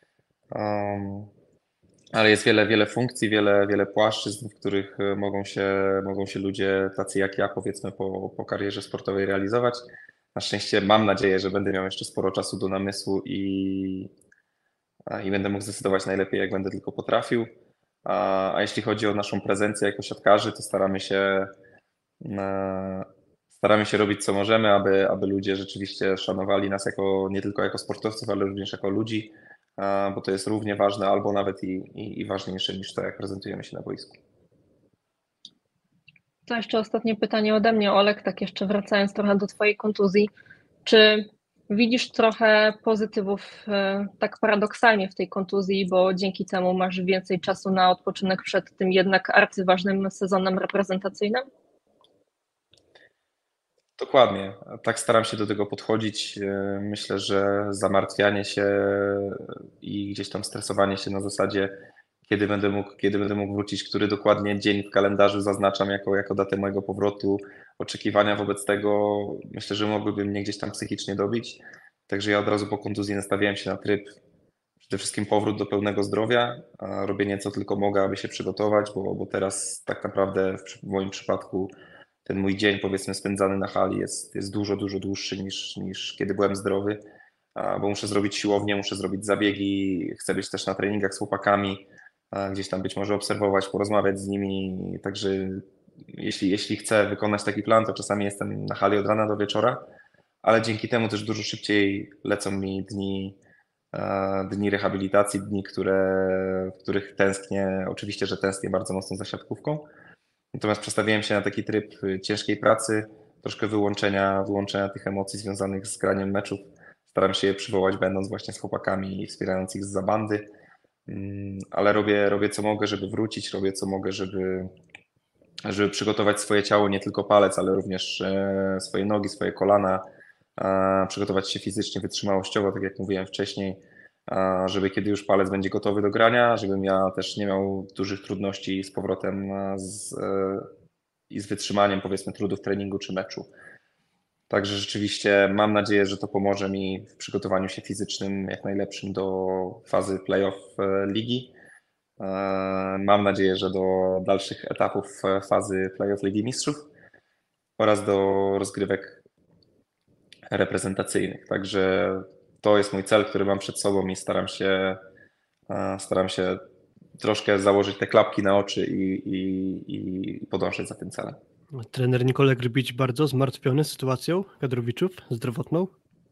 Ale jest wiele funkcji, wiele płaszczyzn, w których mogą się ludzie tacy jak ja, powiedzmy, po karierze sportowej realizować. Na szczęście mam nadzieję, że będę miał jeszcze sporo czasu do namysłu i będę mógł zdecydować najlepiej, jak będę tylko potrafił. A jeśli chodzi o naszą prezencję jako siatkarzy, to staramy staramy się robić co możemy, aby ludzie rzeczywiście szanowali nas nie tylko jako sportowców, ale również jako ludzi, bo to jest równie ważne albo nawet i ważniejsze niż to, jak prezentujemy się na boisku. To jeszcze ostatnie pytanie ode mnie, Olek, tak jeszcze wracając trochę do Twojej kontuzji. Czy widzisz trochę pozytywów tak paradoksalnie w tej kontuzji, bo dzięki temu masz więcej czasu na odpoczynek przed tym jednak arcyważnym sezonem reprezentacyjnym? Dokładnie. Tak staram się do tego podchodzić. Myślę, że zamartwianie się i gdzieś tam stresowanie się na zasadzie, kiedy będę mógł wrócić, który dokładnie dzień w kalendarzu zaznaczam jako datę mojego powrotu, oczekiwania wobec tego, myślę, że mogłyby mnie gdzieś tam psychicznie dobić. Także ja od razu po kontuzji nastawiałem się na tryb przede wszystkim powrót do pełnego zdrowia, robienie co tylko mogę, aby się przygotować, bo teraz tak naprawdę w moim przypadku ten mój dzień, powiedzmy, spędzany na hali jest dużo dłuższy niż kiedy byłem zdrowy, bo muszę zrobić siłownię, muszę zrobić zabiegi, chcę być też na treningach z chłopakami, gdzieś tam być może obserwować, porozmawiać z nimi, także jeśli chcę wykonać taki plan, to czasami jestem na hali od rana do wieczora, ale dzięki temu też dużo szybciej lecą mi dni rehabilitacji, dni, w których tęsknię, oczywiście, że tęsknię bardzo mocno za siatkówką. Natomiast przestawiłem się na taki tryb ciężkiej pracy, troszkę wyłączenia tych emocji związanych z graniem meczów. Staram się je przywołać, będąc właśnie z chłopakami i wspierając ich zza bandy, ale robię co mogę, żeby wrócić, robię co mogę, żeby przygotować swoje ciało, nie tylko palec, ale również swoje nogi, swoje kolana, przygotować się fizycznie, wytrzymałościowo, tak jak mówiłem wcześniej, żeby kiedy już palec będzie gotowy do grania, żebym ja też nie miał dużych trudności z powrotem i z wytrzymaniem, powiedzmy, trudów treningu czy meczu. Także rzeczywiście mam nadzieję, że to pomoże mi w przygotowaniu się fizycznym jak najlepszym do fazy playoff ligi. Mam nadzieję, że do dalszych etapów fazy playoff Ligi Mistrzów oraz do rozgrywek reprezentacyjnych. Także to jest mój cel, który mam przed sobą i staram się troszkę założyć te klapki na oczy i podążać za tym celem. Trener Nikolaj Grbić bardzo zmartwiony sytuacją Kadrowiczów zdrowotną?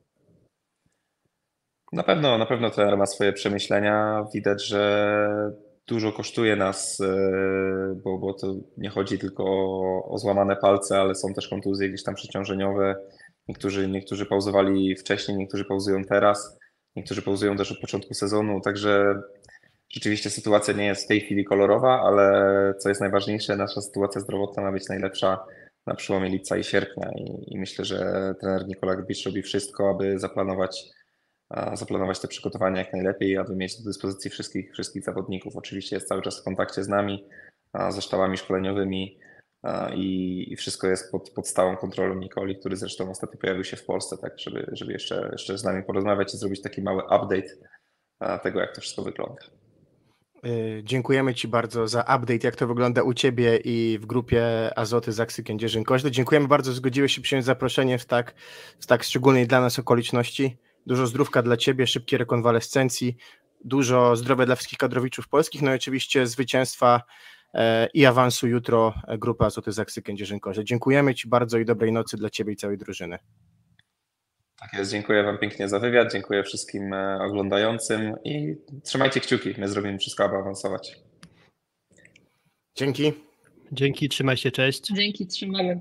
Na pewno trener ma swoje przemyślenia. Widać, że dużo kosztuje nas, bo to nie chodzi tylko o złamane palce, ale są też kontuzje gdzieś tam przeciążeniowe. Niektórzy pauzowali wcześniej, niektórzy pauzują teraz, niektórzy pauzują też od początku sezonu, także rzeczywiście sytuacja nie jest w tej chwili kolorowa, ale co jest najważniejsze, nasza sytuacja zdrowotna ma być najlepsza na przełomie lipca i sierpnia i myślę, że trener Nikolaj Grbić robi wszystko, aby zaplanować te przygotowania jak najlepiej, aby mieć do dyspozycji wszystkich zawodników. Oczywiście jest cały czas w kontakcie z nami, ze sztabami szkoleniowymi i wszystko jest pod stałą kontrolą Nikoli, który zresztą ostatnio pojawił się w Polsce, tak żeby jeszcze z nami porozmawiać i zrobić taki mały update tego, jak to wszystko wygląda. Dziękujemy Ci bardzo za update, jak to wygląda u Ciebie i w grupie Azoty Zaksy Kędzierzyn-Koźle. Dziękujemy bardzo, że zgodziłeś się przyjąć zaproszenie w tak szczególnej dla nas okoliczności. Dużo zdrówka dla Ciebie, szybkiej rekonwalescencji, dużo zdrowia dla wszystkich kadrowiczów polskich, no i oczywiście zwycięstwa i awansu jutro grupy Azoty Zaksy Kędzierzyn-Koźle. Dziękujemy Ci bardzo i dobrej nocy dla Ciebie i całej drużyny. Tak jest, dziękuję Wam pięknie za wywiad, dziękuję wszystkim oglądającym i trzymajcie kciuki, my zrobimy wszystko, aby awansować. Dzięki. Dzięki, trzymaj się, cześć. Dzięki, trzymamy.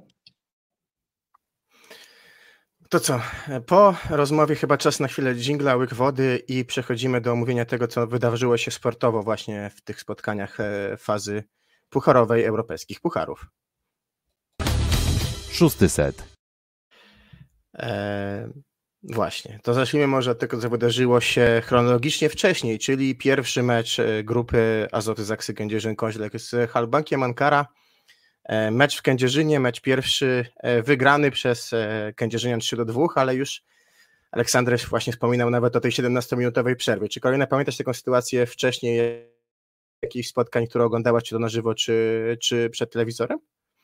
To co, po rozmowie chyba czas na chwilę dżingla, łyk wody i przechodzimy do omówienia tego, co wydarzyło się sportowo właśnie w tych spotkaniach fazy pucharowej europejskich pucharów. 6. set. Właśnie, to zacznijmy może od tego, co wydarzyło się chronologicznie wcześniej, czyli pierwszy mecz grupy Azoty Zaksy Kędzierzyn-Koźle z Halbankiem Ankara. Mecz w Kędzierzynie, mecz pierwszy wygrany przez Kędzierzynian 3-2, ale już Aleksander właśnie wspominał nawet o tej 17-minutowej przerwie. Czy Karolina, pamiętasz taką sytuację wcześniej, jakichś spotkań, które oglądałaś, czy to na żywo, czy przed telewizorem?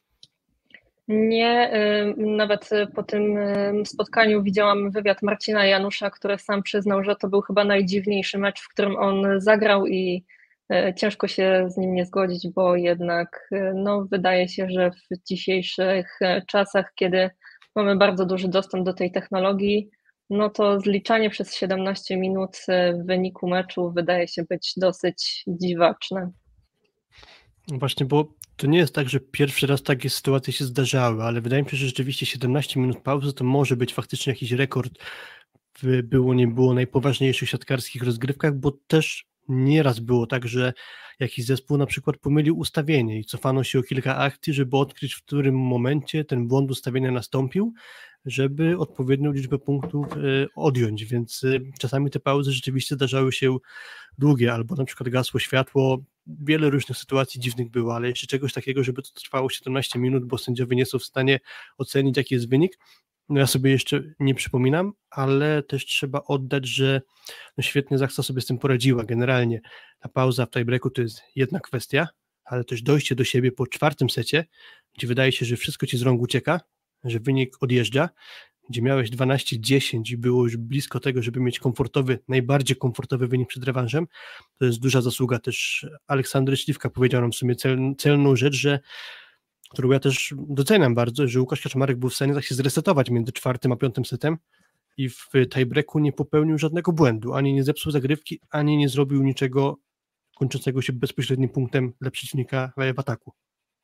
Nie, nawet po tym spotkaniu widziałam wywiad Marcina Janusza, który sam przyznał, że to był chyba najdziwniejszy mecz, w którym on zagrał i ciężko się z nim nie zgodzić, bo jednak no, wydaje się, że w dzisiejszych czasach, kiedy mamy bardzo duży dostęp do tej technologii, no to zliczanie przez 17 minut wyniku meczu wydaje się być dosyć dziwaczne. Właśnie, bo to nie jest tak, że pierwszy raz takie sytuacje się zdarzały, ale wydaje mi się, że rzeczywiście 17 minut pauzy to może być faktycznie jakiś rekord w było nie było najpoważniejszych siatkarskich rozgrywkach, bo też nieraz było tak, że jakiś zespół na przykład pomylił ustawienie i cofano się o kilka akcji, żeby odkryć, w którym momencie ten błąd ustawienia nastąpił, żeby odpowiednią liczbę punktów odjąć, więc czasami te pauzy rzeczywiście zdarzały się długie, albo na przykład gasło światło, wiele różnych sytuacji dziwnych było, ale jeszcze czegoś takiego, żeby to trwało 17 minut, bo sędziowie nie są w stanie ocenić, jaki jest wynik, no ja sobie jeszcze nie przypominam, ale też trzeba oddać, że no świetnie Zaksa sobie z tym poradziła. Generalnie ta pauza w tiebreaku to jest jedna kwestia, ale też dojście do siebie po czwartym secie, gdzie wydaje się, że wszystko ci z rąk ucieka, że wynik odjeżdża, gdzie miałeś 12-10 i było już blisko tego, żeby mieć komfortowy, najbardziej komfortowy wynik przed rewanżem, to jest duża zasługa też Aleksandry Śliwka. Powiedział nam w sumie celną rzecz, którą ja też doceniam bardzo, że Łukasz Kaczmarek był w stanie tak się zresetować między czwartym a piątym setem i w tiebreaku nie popełnił żadnego błędu, ani nie zepsuł zagrywki, ani nie zrobił niczego kończącego się bezpośrednim punktem dla przeciwnika w ataku.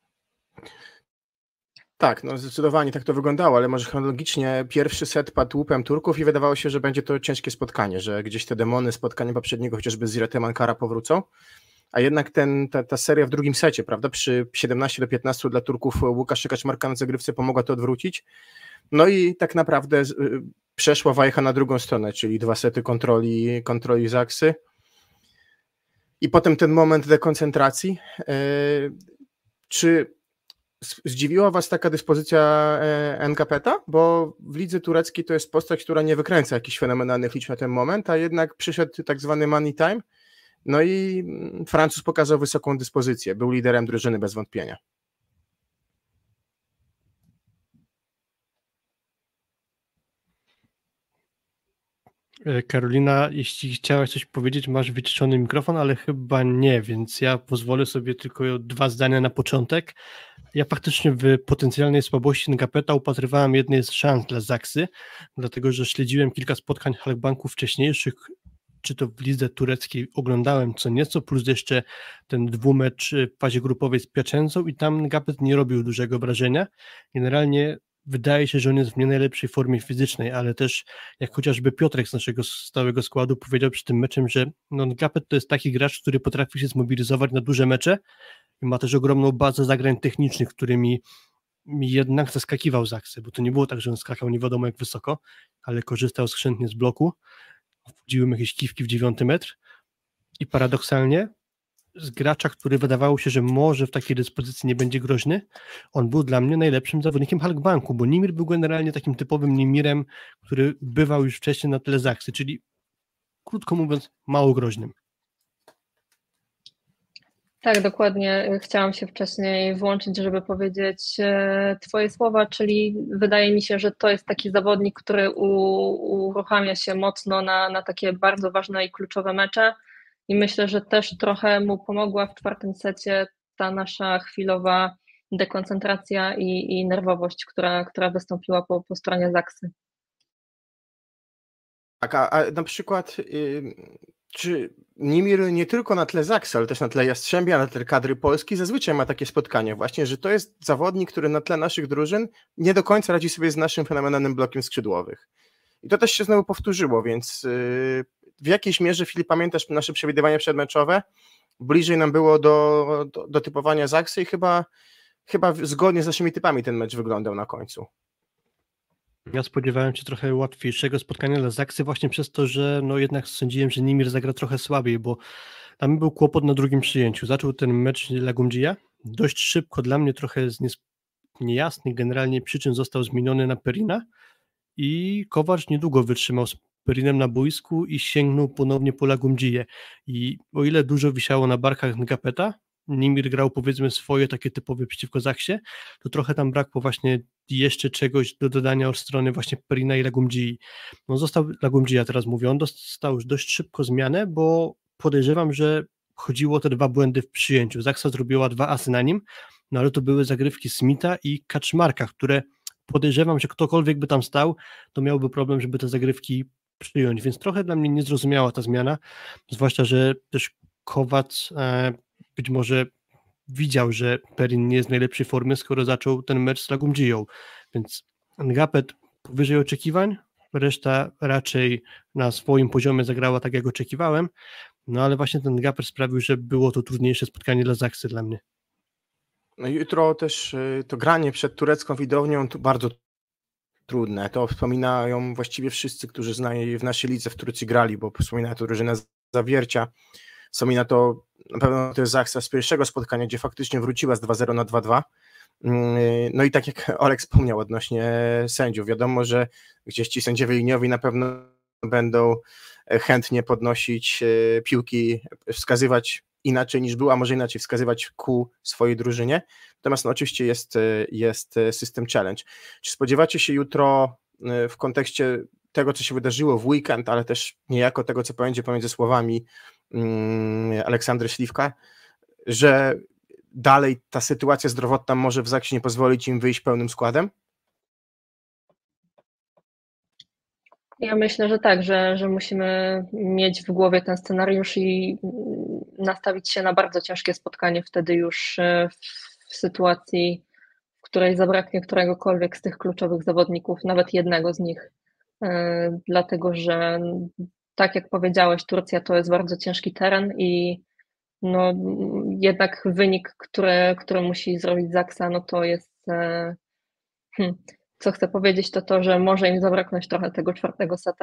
Tak, no zdecydowanie tak to wyglądało, ale może chronologicznie pierwszy set padł łupem Turków i wydawało się, że będzie to ciężkie spotkanie, że gdzieś te demony spotkania poprzedniego, chociażby z Ziretem Ankara powrócą, a jednak ta seria w drugim secie, prawda, przy 17-15 dla Turków Łukasza Kaczmarka na zagrywce pomogła to odwrócić, no i tak naprawdę przeszła wajcha na drugą stronę, czyli 2 sety kontroli Zaksy i potem ten moment dekoncentracji. Czy zdziwiła was taka dyspozycja Nkapeta? Bo w lidze tureckiej to jest postać, która nie wykręca jakichś fenomenalnych liczb na ten moment, a jednak przyszedł tak zwany money time, no i Francuz pokazał wysoką dyspozycję, był liderem drużyny bez wątpienia. Karolina, jeśli chciałaś coś powiedzieć, masz wyciszony mikrofon, ale chyba nie, więc ja pozwolę sobie tylko 2 zdania na początek. Ja faktycznie w potencjalnej słabości Nkapeta upatrywałem jednej z szans dla Zaksy, dlatego że śledziłem kilka spotkań Halkbanków wcześniejszych, czy to w lidze tureckiej oglądałem co nieco, plus jeszcze ten dwumecz w fazie grupowej z Piacenzą i tam Nkapet nie robił dużego wrażenia. Generalnie wydaje się, że on jest w nie najlepszej formie fizycznej, ale też jak chociażby Piotrek z naszego stałego składu powiedział przy tym meczem, że Nkapet to jest taki gracz, który potrafi się zmobilizować na duże mecze i ma też ogromną bazę zagrań technicznych, którymi mi jednak zaskakiwał Zaksy, bo to nie było tak, że on skakał nie wiadomo jak wysoko, ale korzystał skrzętnie z bloku, wchodziły mu jakieś kiwki w 9 metr i paradoksalnie z gracza, który wydawało się, że może w takiej dyspozycji nie będzie groźny, on był dla mnie najlepszym zawodnikiem Halkbanku, bo Nimir był generalnie takim typowym Nimirem, który bywał już wcześniej na tle Zaksy, czyli krótko mówiąc mało groźnym. Tak, dokładnie. Chciałam się wcześniej włączyć, żeby powiedzieć twoje słowa, czyli wydaje mi się, że to jest taki zawodnik, który uruchamia się mocno na takie bardzo ważne i kluczowe mecze i myślę, że też trochę mu pomogła w czwartym secie ta nasza chwilowa dekoncentracja i nerwowość, która wystąpiła po stronie Zaksy. Tak, a na przykład czy Nimir nie tylko na tle Zaksy, ale też na tle Jastrzębia, na tle kadry Polski zazwyczaj ma takie spotkania właśnie, że to jest zawodnik, który na tle naszych drużyn nie do końca radzi sobie z naszym fenomenalnym blokiem skrzydłowych. I to też się znowu powtórzyło, więc w jakiejś mierze, Filip, pamiętasz nasze przewidywania przedmeczowe? Bliżej nam było do typowania Zaksy i chyba zgodnie z naszymi typami ten mecz wyglądał na końcu. Ja spodziewałem się trochę łatwiejszego spotkania dla Zaksy właśnie przez to, że jednak sądziłem, że Nimir zagra trochę słabiej, bo tam był kłopot na drugim przyjęciu. Zaczął ten mecz Lagumdzija dość szybko, dla mnie trochę z niejasnych generalnie przyczyn został zmieniony na Perina i Kowacz niedługo wytrzymał z Perinem na boisku i sięgnął ponownie po Lagumdziję. I o ile dużo wisiało na barkach Nkapeta, Nimir grał powiedzmy swoje takie typowe przeciwko Zaksie, to trochę tam brakło właśnie jeszcze czegoś do dodania od strony właśnie Perina i Lagumdzii. Został Lagumdzija, teraz mówię, on dostał już dość szybko zmianę, bo podejrzewam, że chodziło o te 2 błędy w przyjęciu. Zaksa zrobiła 2 asy na nim, ale to były zagrywki Smitha i Kaczmarka, które podejrzewam, że ktokolwiek by tam stał, to miałby problem, żeby te zagrywki przyjąć, więc trochę dla mnie niezrozumiała ta zmiana, zwłaszcza, że też Kovac być może widział, że Perin nie jest w najlepszej formie, skoro zaczął ten mecz z Lagumdziją, więc Ngapet powyżej oczekiwań, reszta raczej na swoim poziomie zagrała tak, jak oczekiwałem, no ale właśnie ten Ngapet sprawił, że było to trudniejsze spotkanie dla Zaksy dla mnie. No jutro też to granie przed turecką widownią to bardzo trudne. To wspominają właściwie wszyscy, którzy znają w naszej lidze w Turcji grali, bo wspomina to drużyna Zawiercia. Wspomina to na pewno to jest Zaksa z pierwszego spotkania, gdzie faktycznie wróciła z 2-0 na 2-2. No i tak jak Olek wspomniał odnośnie sędziów, wiadomo, że gdzieś ci sędziowie liniowi na pewno będą chętnie podnosić piłki, wskazywać inaczej niż było, a może inaczej wskazywać ku swojej drużynie. Natomiast no, oczywiście jest system challenge. Czy spodziewacie się jutro w kontekście tego, co się wydarzyło w weekend, ale też niejako tego, co będzie pomiędzy słowami Aleksandry Śliwka, że dalej ta sytuacja zdrowotna może w Zaksie nie pozwolić im wyjść pełnym składem? Ja myślę, że tak, że musimy mieć w głowie ten scenariusz i nastawić się na bardzo ciężkie spotkanie wtedy już w sytuacji, w której zabraknie któregokolwiek z tych kluczowych zawodników, nawet jednego z nich. Dlatego, że tak jak powiedziałeś, Turcja to jest bardzo ciężki teren i no, jednak wynik, który musi zrobić Zaksa, no to jest... Co chcę powiedzieć, to, że może im zabraknąć trochę tego czwartego seta,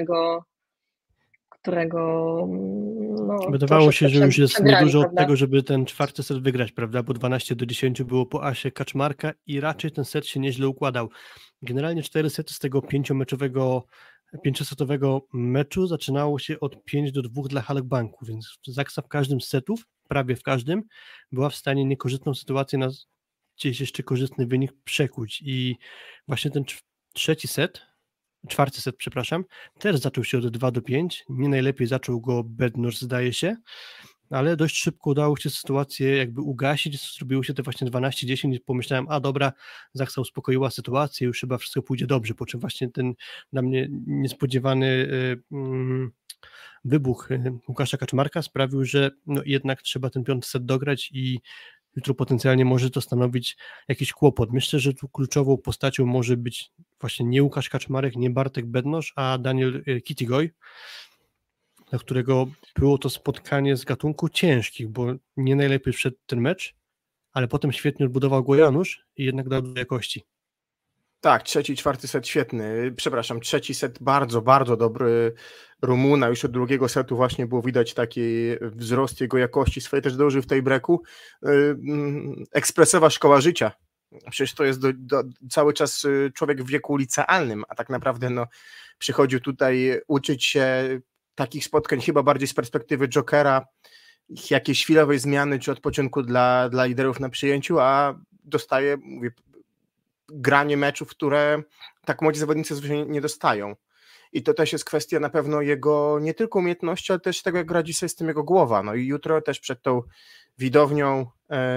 którego no, wydawało się, że już jest niedużo prawda? od tego, żeby ten czwarty set wygrać, prawda, bo 12-10 było po asie Kaczmarka i raczej ten set się nieźle układał. Generalnie 4 sety z tego 5-setowego meczu zaczynało się od 5-2 dla Halkbanku, więc Zaksa w każdym z setów, prawie w każdym, była w stanie niekorzystną sytuację na gdzieś jeszcze korzystny wynik przekuć i właśnie ten czwarty set, przepraszam, też zaczął się od 2-5, nie najlepiej zaczął go Bednosz, zdaje się, ale dość szybko udało się sytuację jakby ugasić, zrobiło się te właśnie 12-10 i pomyślałem, a dobra, Zaksa uspokoiła sytuację, już chyba wszystko pójdzie dobrze, po czym właśnie ten dla mnie niespodziewany wybuch Łukasza Kaczmarka sprawił, że no jednak trzeba ten piąty set dograć i jutro potencjalnie może to stanowić jakiś kłopot. Myślę, że tu kluczową postacią może być właśnie nie Łukasz Kaczmarek, nie Bartek Bednosz, a Daniel Kitigoj, dla którego było to spotkanie z gatunku ciężkich, bo nie najlepiej wszedł ten mecz, ale potem świetnie odbudował go Janusz i jednak dał do jakości. Tak, trzeci i czwarty set świetny. Przepraszam, trzeci set bardzo, bardzo dobry Rumuna. Już od drugiego setu właśnie było widać taki wzrost jego jakości. Swoje też dążył w tej breaku. Ekspresowa szkoła życia. Przecież to jest cały czas człowiek w wieku licealnym, a tak naprawdę no, przychodził tutaj uczyć się takich spotkań chyba bardziej z perspektywy jokera, jakiejś chwilowej zmiany czy odpoczynku dla liderów na przyjęciu, a dostaje, mówię, granie meczów, które tak młodzi zawodnicy nie dostają. I to też jest kwestia na pewno jego nie tylko umiejętności, ale też tego, jak radzi sobie z tym jego głowa. No i jutro też przed tą widownią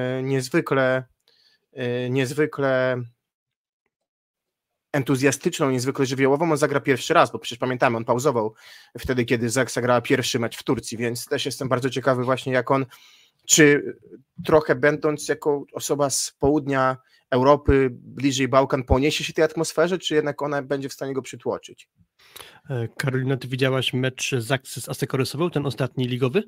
niezwykle entuzjastyczną, niezwykle żywiołową, on zagra pierwszy raz, bo przecież pamiętamy, on pauzował wtedy, kiedy Zaksa grała pierwszy mecz w Turcji, więc też jestem bardzo ciekawy właśnie, jak on, czy trochę będąc jako osoba z południa Europy, bliżej Bałkan, poniesie się tej atmosferze, czy jednak ona będzie w stanie go przytłoczyć? Karolina, ty widziałaś mecz Zaksy z ASEC Orysował, ten ostatni ligowy?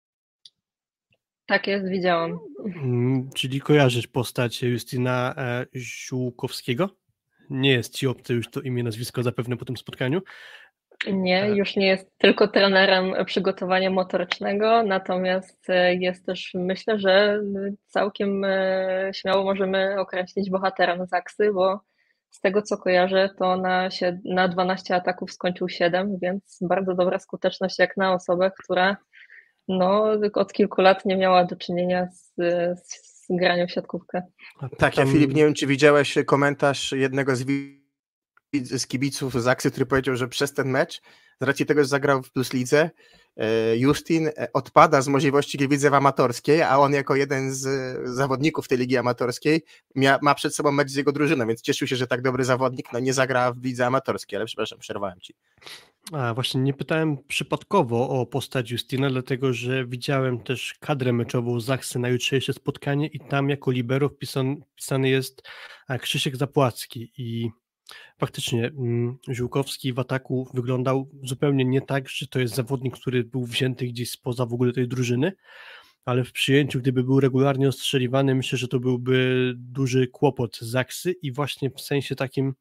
Tak jest, widziałam. Czyli kojarzysz postać Justyna Ziółkowskiego? Nie jest ci obce już to imię, nazwisko zapewne po tym spotkaniu. Nie, już nie jest tylko trenerem przygotowania motorycznego, natomiast jest też, myślę, że całkiem śmiało możemy określić bohaterem Zaksy, bo z tego co kojarzę, to na 12 ataków skończył 7, więc bardzo dobra skuteczność jak na osobę, która no, od kilku lat nie miała do czynienia z graniem w siatkówkę. Tak, ja Filip, nie wiem, czy widziałeś komentarz jednego z kibiców Zaksy, który powiedział, że przez ten mecz z racji tego, że zagrał w Plus Lidze, Justin odpada z możliwości gry w amatorskiej, a on jako jeden z zawodników tej ligi amatorskiej ma przed sobą mecz z jego drużyną, więc cieszył się, że tak dobry zawodnik nie zagra w lidze amatorskiej, ale przepraszam, przerwałem ci. A właśnie nie pytałem przypadkowo o postać Justina, dlatego że widziałem też kadrę meczową Zaksy na jutrzejsze spotkanie i tam jako libero wpisany jest Krzysiek Zapłacki i faktycznie Ziółkowski w ataku wyglądał zupełnie nie tak, że to jest zawodnik, który był wzięty gdzieś spoza w ogóle tej drużyny, ale w przyjęciu, gdyby był regularnie ostrzeliwany, myślę, że to byłby duży kłopot Zaksy i właśnie w sensie takim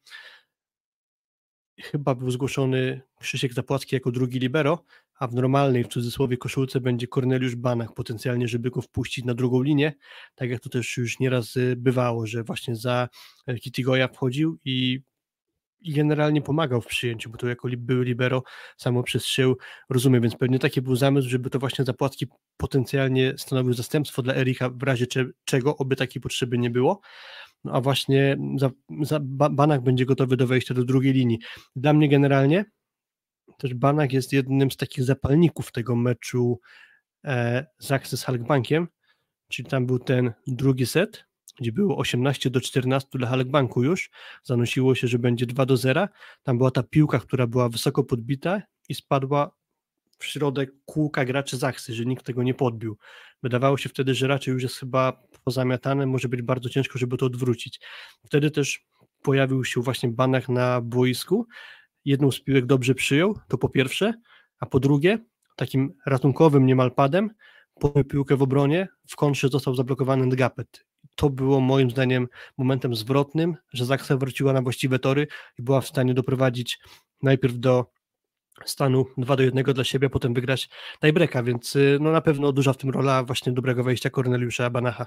chyba był zgłoszony Krzysiek Zapłacki jako drugi libero, a w normalnej, w cudzysłowie, koszulce będzie Korneliusz Banach potencjalnie, żeby go wpuścić na drugą linię, tak jak to też już nieraz bywało, że właśnie za Kitigoja wchodził i generalnie pomagał w przyjęciu, bo to jako były libero samo przez szył rozumiem, więc pewnie taki był zamysł, żeby to właśnie Zapłacki potencjalnie stanowił zastępstwo dla Ericha w razie czego, oby takiej potrzeby nie było. No a właśnie Banach będzie gotowy do wejścia do drugiej linii. Dla mnie generalnie też Banach jest jednym z takich zapalników tego meczu Zaksy z Halkbankiem, czyli tam był ten drugi set, gdzie było 18-14 dla Halkbanku już, zanosiło się, że będzie 2-0, tam była ta piłka, która była wysoko podbita i spadła w środek kółka graczy Zaksy, że nikt tego nie podbił. Wydawało się wtedy, że raczej już jest chyba pozamiatane, może być bardzo ciężko, żeby to odwrócić. Wtedy też pojawił się właśnie Banach na boisku, jedną z piłek dobrze przyjął, to po pierwsze, a po drugie, takim ratunkowym niemal padem, podjął piłkę w obronie, w kontrze został zablokowany Ngapet. To było moim zdaniem momentem zwrotnym, że Zaksa wróciła na właściwe tory i była w stanie doprowadzić najpierw do stanu 2-1 dla siebie, a potem wygrać tiebreaka, więc no na pewno duża w tym rola właśnie dobrego wejścia Korneliusza Banacha.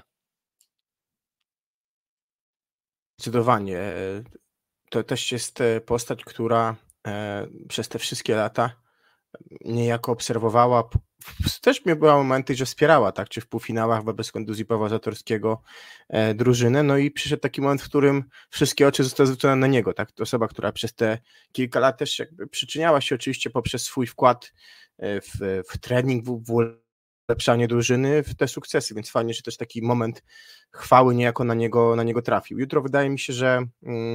Zdecydowanie. To też jest postać, która przez te wszystkie lata niejako obserwowała, też były momenty, że wspierała, tak, czy w półfinałach wobec kontuzji Pawła Zatorskiego drużynę, no i przyszedł taki moment, w którym wszystkie oczy zostały zwrócone na niego, tak, to osoba, która przez te kilka lat też jakby przyczyniała się oczywiście poprzez swój wkład w trening, w ulepszanie drużyny, w te sukcesy, więc fajnie, że też taki moment chwały niejako na niego trafił. Jutro wydaje mi się, że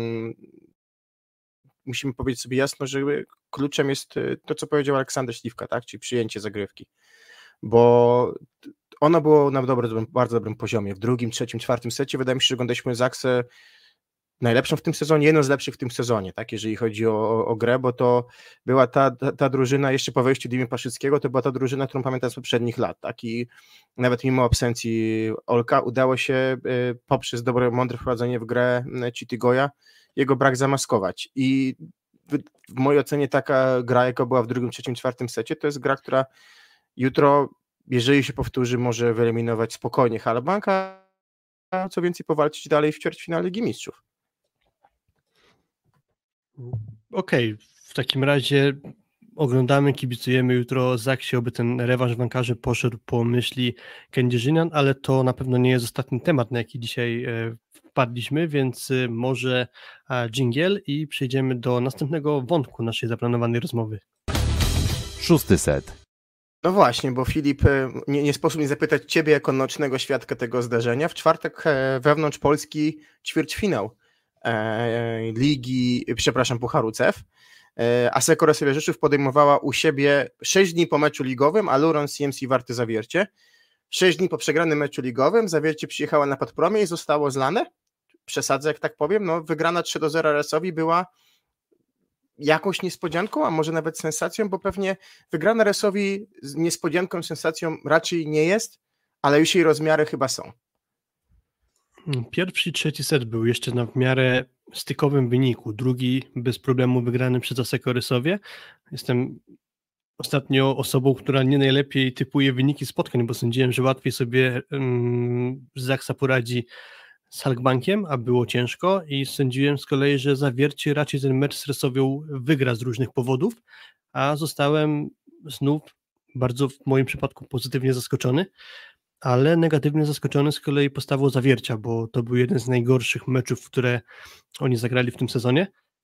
musimy powiedzieć sobie jasno, że kluczem jest to, co powiedział Aleksander Śliwka, tak? Czyli przyjęcie zagrywki, bo ono było na bardzo dobrym poziomie. W drugim, trzecim, czwartym secie wydaje mi się, że oglądaliśmy Zaksę najlepszą w tym sezonie, jedną z lepszych w tym sezonie, tak? Jeżeli chodzi o grę, bo to była ta drużyna, jeszcze po wejściu Dimy Paszyckiego, to była ta drużyna, którą pamiętam z poprzednich lat, tak? I nawet mimo absencji Olka udało się poprzez dobre, mądre wprowadzenie w grę Kitigoja jego brak zamaskować i w mojej ocenie taka gra, jaka była w drugim, trzecim, czwartym secie, to jest gra, która jutro, jeżeli się powtórzy, może wyeliminować spokojnie Halkbanka, a co więcej powalczyć dalej w ćwierćfinale Ligi Mistrzów. Okej, w takim razie oglądamy, kibicujemy jutro Zaksie, oby ten rewanż w Ankarze poszedł po myśli Kędzierzynian, ale to na pewno nie jest ostatni temat, na jaki dzisiaj wpadliśmy, więc może dżingiel i przejdziemy do następnego wątku naszej zaplanowanej rozmowy. 6. set. No właśnie, bo Filip, nie sposób nie zapytać Ciebie jako nocnego świadka tego zdarzenia. W czwartek wewnątrz Polski ćwierćfinał Pucharu CEF. Asseco Resovia Rzeszów podejmowała u siebie 6 dni po meczu ligowym, a Luron CMC Warty Zawiercie. 6 dni po przegranym meczu ligowym Zawiercie przyjechała na Podpromie i zostało zlane. Przesadzę, jak tak powiem. No, wygrana 3-0 Resowi była jakąś niespodzianką, a może nawet sensacją, bo pewnie wygrana Resowi z niespodzianką, sensacją raczej nie jest, ale już jej rozmiary chyba są. Pierwszy i trzeci set był jeszcze na w miarę stykowym wyniku, drugi bez problemu wygrany przez Asseco Resowie. Jestem ostatnio osobą, która nie najlepiej typuje wyniki spotkań, bo sądziłem, że łatwiej sobie Zaksa poradzi z Halkbankiem, a było ciężko i sądziłem z kolei, że Zawiercie raczej ten mecz z Resowią wygra z różnych powodów, a zostałem znów bardzo w moim przypadku pozytywnie zaskoczony, ale negatywnie zaskoczony z kolei postawą Zawiercia, bo to był jeden z najgorszych meczów, które oni zagrali w tym sezonie,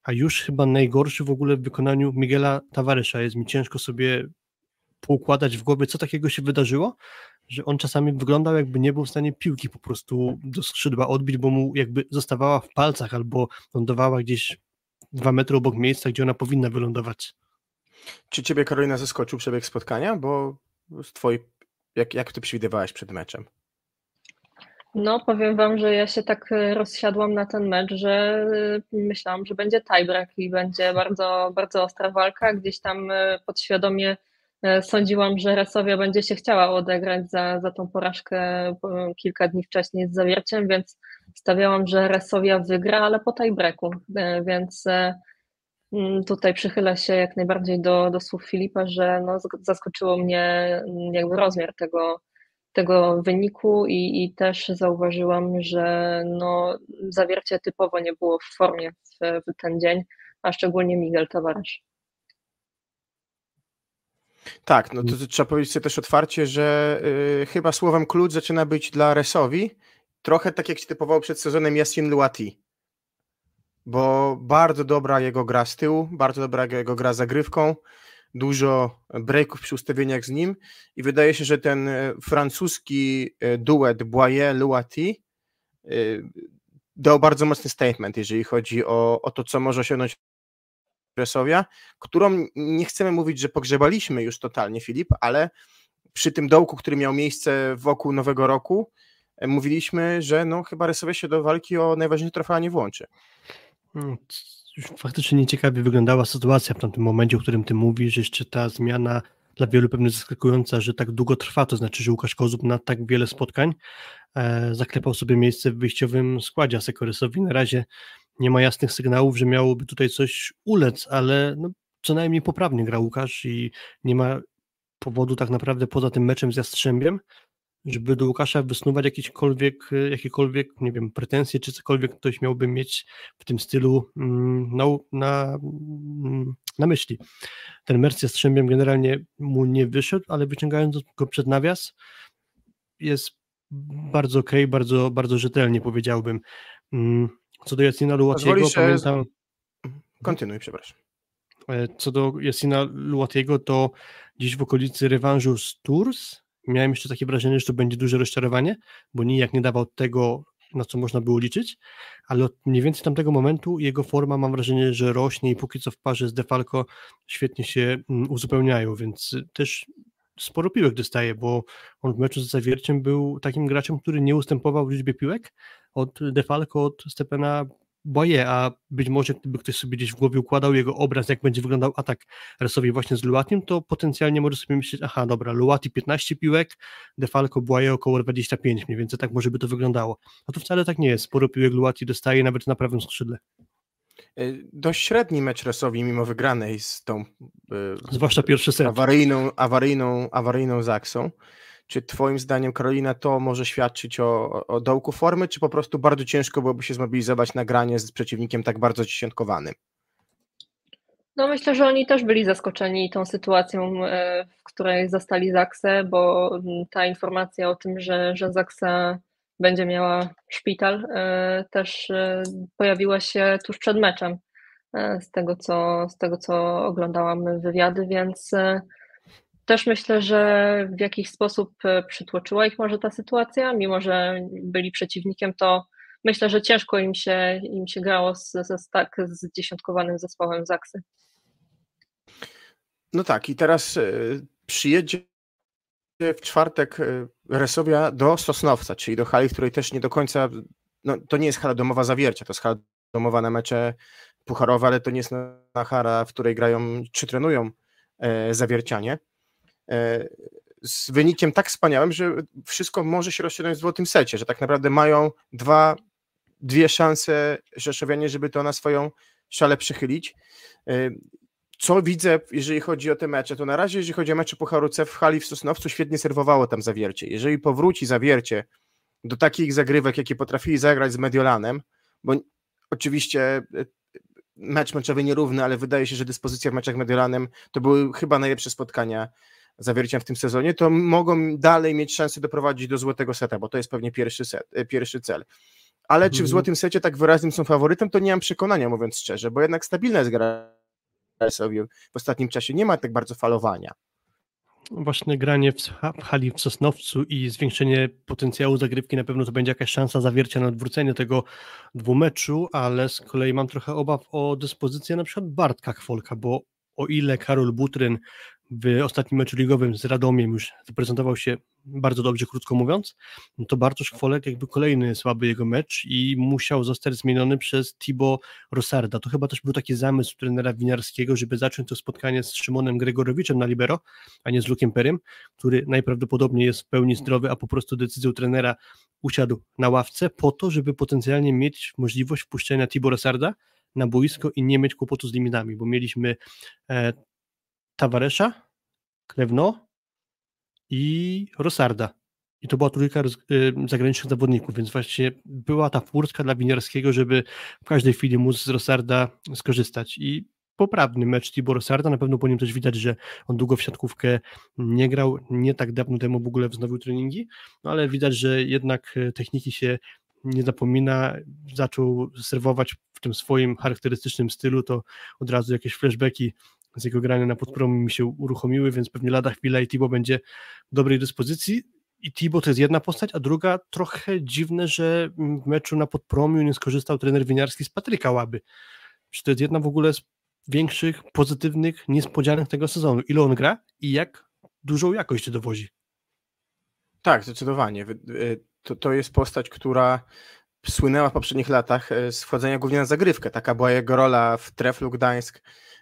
a już chyba najgorszy w ogóle w wykonaniu Miguela Tavaresa. Jest mi ciężko sobie poukładać w głowie, co takiego się wydarzyło, że on czasami wyglądał, jakby nie był w stanie piłki po prostu do skrzydła odbić, bo mu jakby zostawała w palcach albo lądowała gdzieś 2 metry obok miejsca, gdzie ona powinna wylądować. Czy ciebie, Karolina, zaskoczył przebieg spotkania? Bo z jak ty przewidywałeś przed meczem? No, powiem wam, że ja się tak rozsiadłam na ten mecz, że myślałam, że będzie tiebreak i będzie bardzo, bardzo ostra walka. Gdzieś tam podświadomie sądziłam, że Resovia będzie się chciała odegrać za tą porażkę kilka dni wcześniej z Zawierciem, więc stawiałam, że Resovia wygra, ale po tiebreaku, więc tutaj przychylę się jak najbardziej do słów Filipa, że no, zaskoczyło mnie jakby rozmiar tego wyniku i też zauważyłam, że no, Zawiercie typowo nie było w formie w ten dzień, a szczególnie Miguel Tavares. Tak, no to trzeba powiedzieć sobie też otwarcie, że chyba słowem klucz zaczyna być dla Resowi trochę tak jak się typował przed sezonem Yacine Louati, bo bardzo dobra jego gra z tyłu, bardzo dobra jego gra zagrywką, dużo breaków przy ustawieniach z nim i wydaje się, że ten francuski duet Boyer-Louati dał bardzo mocny statement, jeżeli chodzi o to, co może osiągnąć Resovia, którą nie chcemy mówić, że pogrzebaliśmy już totalnie, Filip, ale przy tym dołku, który miał miejsce wokół Nowego Roku, mówiliśmy, że no chyba Resovia się do walki o najważniejsze trofea nie włączy. Już faktycznie nieciekawie wyglądała sytuacja w tamtym momencie, o którym ty mówisz, jeszcze ta zmiana dla wielu pewnie zaskakująca, że tak długo trwa, to znaczy, że Łukasz Kozub na tak wiele spotkań zaklepał sobie miejsce w wyjściowym składzie, a Sekoresowi na razie nie ma jasnych sygnałów, że miałoby tutaj coś ulec, ale no, co najmniej poprawnie gra Łukasz i nie ma powodu tak naprawdę poza tym meczem z Jastrzębiem, żeby do Łukasza wysnuwać jakiekolwiek, nie wiem, pretensje, czy cokolwiek ktoś miałby mieć w tym stylu na myśli. Ten mecz z Jastrzębiem generalnie mu nie wyszedł, ale wyciągając go przed nawias jest bardzo okej, bardzo, bardzo rzetelnie powiedziałbym. Co do Yacina Louatiego, pamiętam... Kontynuuj, przepraszam. Co do Yacina Louatiego, to gdzieś w okolicy rewanżu z Tours miałem jeszcze takie wrażenie, że to będzie duże rozczarowanie, bo nijak nie dawał tego, na co można było liczyć, ale od mniej więcej tamtego momentu jego forma, mam wrażenie, że rośnie i póki co w parze z Defalco świetnie się uzupełniają, więc też sporo piłek dostaje, bo on w meczu z Zawierciem był takim graczem, który nie ustępował w liczbie piłek od Defalco, od Stepena Boyer, a być może gdyby ktoś sobie gdzieś w głowie układał jego obraz, jak będzie wyglądał atak Resowi właśnie z Louatiem, to potencjalnie może sobie myśleć, aha, dobra, Louati 15 piłek, Defalco, Boyer około 25, mniej więcej tak może by to wyglądało. A to wcale tak nie jest, sporo piłek Louati dostaje nawet na prawym skrzydle. Dość średni mecz Resowi, mimo wygranej z tą zwłaszcza pierwszy set. awaryjną Zaksą. Czy twoim zdaniem, Karolina, to może świadczyć o dołku formy, czy po prostu bardzo ciężko byłoby się zmobilizować na granie z przeciwnikiem tak bardzo dziesiątkowanym? No myślę, że oni też byli zaskoczeni tą sytuacją, w której zastali Zaksę, bo ta informacja o tym, że Zaksa będzie miała szpital, też pojawiła się tuż przed meczem, z tego co oglądałam wywiady, więc też myślę, że w jakiś sposób przytłoczyła ich może ta sytuacja, mimo że byli przeciwnikiem, to myślę, że ciężko im się grało z dziesiątkowanym zespołem Zaksy. No tak, i teraz przyjedzie w czwartek Resovia do Sosnowca, czyli do hali, w której też nie do końca, no to nie jest hala domowa Zawiercia, to jest hala domowa na mecze pucharowe, ale to nie jest hala, w której grają czy trenują zawiercianie. Z wynikiem tak wspaniałym, że wszystko może się rozstrzygnąć w złotym secie, że tak naprawdę mają dwie szanse Rzeszowianie, żeby to na swoją szalę przychylić. Co widzę, jeżeli chodzi o te mecze, to na razie, jeżeli chodzi o mecze Pucharu C w hali w Sosnowcu, świetnie serwowało tam Zawiercie. Jeżeli powróci Zawiercie do takich zagrywek, jakie potrafili zagrać z Mediolanem, bo oczywiście mecz meczowy nierówny, ale wydaje się, że dyspozycja w meczach Mediolanem to były chyba najlepsze spotkania Zawiercia w tym sezonie, to mogą dalej mieć szansę doprowadzić do złotego seta, bo to jest pewnie pierwszy cel. Ale czy w złotym secie tak wyraznym są faworytem, to nie mam przekonania, mówiąc szczerze, bo jednak stabilna jest gra sobie w ostatnim czasie, nie ma tak bardzo falowania. Właśnie granie w hali w Sosnowcu i zwiększenie potencjału zagrywki na pewno to będzie jakaś szansa Zawiercia na odwrócenie tego dwumeczu, ale z kolei mam trochę obaw o dyspozycję na przykład Bartka Chwolka, bo o ile Karol Butryn w ostatnim meczu ligowym z Radomiem już zaprezentował się bardzo dobrze, krótko mówiąc, no to Bartosz Chwolek jakby kolejny słaby jego mecz i musiał zostać zmieniony przez Thibaut Rossarda. To chyba też był taki zamysł trenera Winiarskiego, żeby zacząć to spotkanie z Szymonem Gregorowiczem na libero, a nie z Lukiem Perrym, który najprawdopodobniej jest w pełni zdrowy, a po prostu decyzją trenera usiadł na ławce po to, żeby potencjalnie mieć możliwość wpuszczenia Thibaut Rossarda na boisko i nie mieć kłopotu z limitami, bo mieliśmy Tavaresza, Klewno i Rossarda. I to była trójka zagranicznych zawodników, więc właśnie była ta furtka dla Winiarskiego, żeby w każdej chwili móc z Rossarda skorzystać. I poprawny mecz Thibaut Rossarda, na pewno po nim też widać, że on długo w siatkówkę nie grał, nie tak dawno temu w ogóle wznowił treningi, no ale widać, że jednak techniki się nie zapomina, zaczął serwować w tym swoim charakterystycznym stylu, to od razu jakieś flashbacki z jego grania na podpromiu mi się uruchomiły, więc pewnie lada chwila i Thibaut będzie w dobrej dyspozycji. I Thibaut to jest jedna postać, a druga trochę dziwne, że w meczu na podpromiu nie skorzystał trener Winiarski z Patryka Łaby. Czy to jest jedna w ogóle z większych, pozytywnych niespodzianek tego sezonu? Ile on gra i jak dużą jakość dowozi? Tak, zdecydowanie. To jest postać, która słynęła w poprzednich latach z wchodzenia głównie na zagrywkę. Taka była jego rola w Treflu Gdańsk.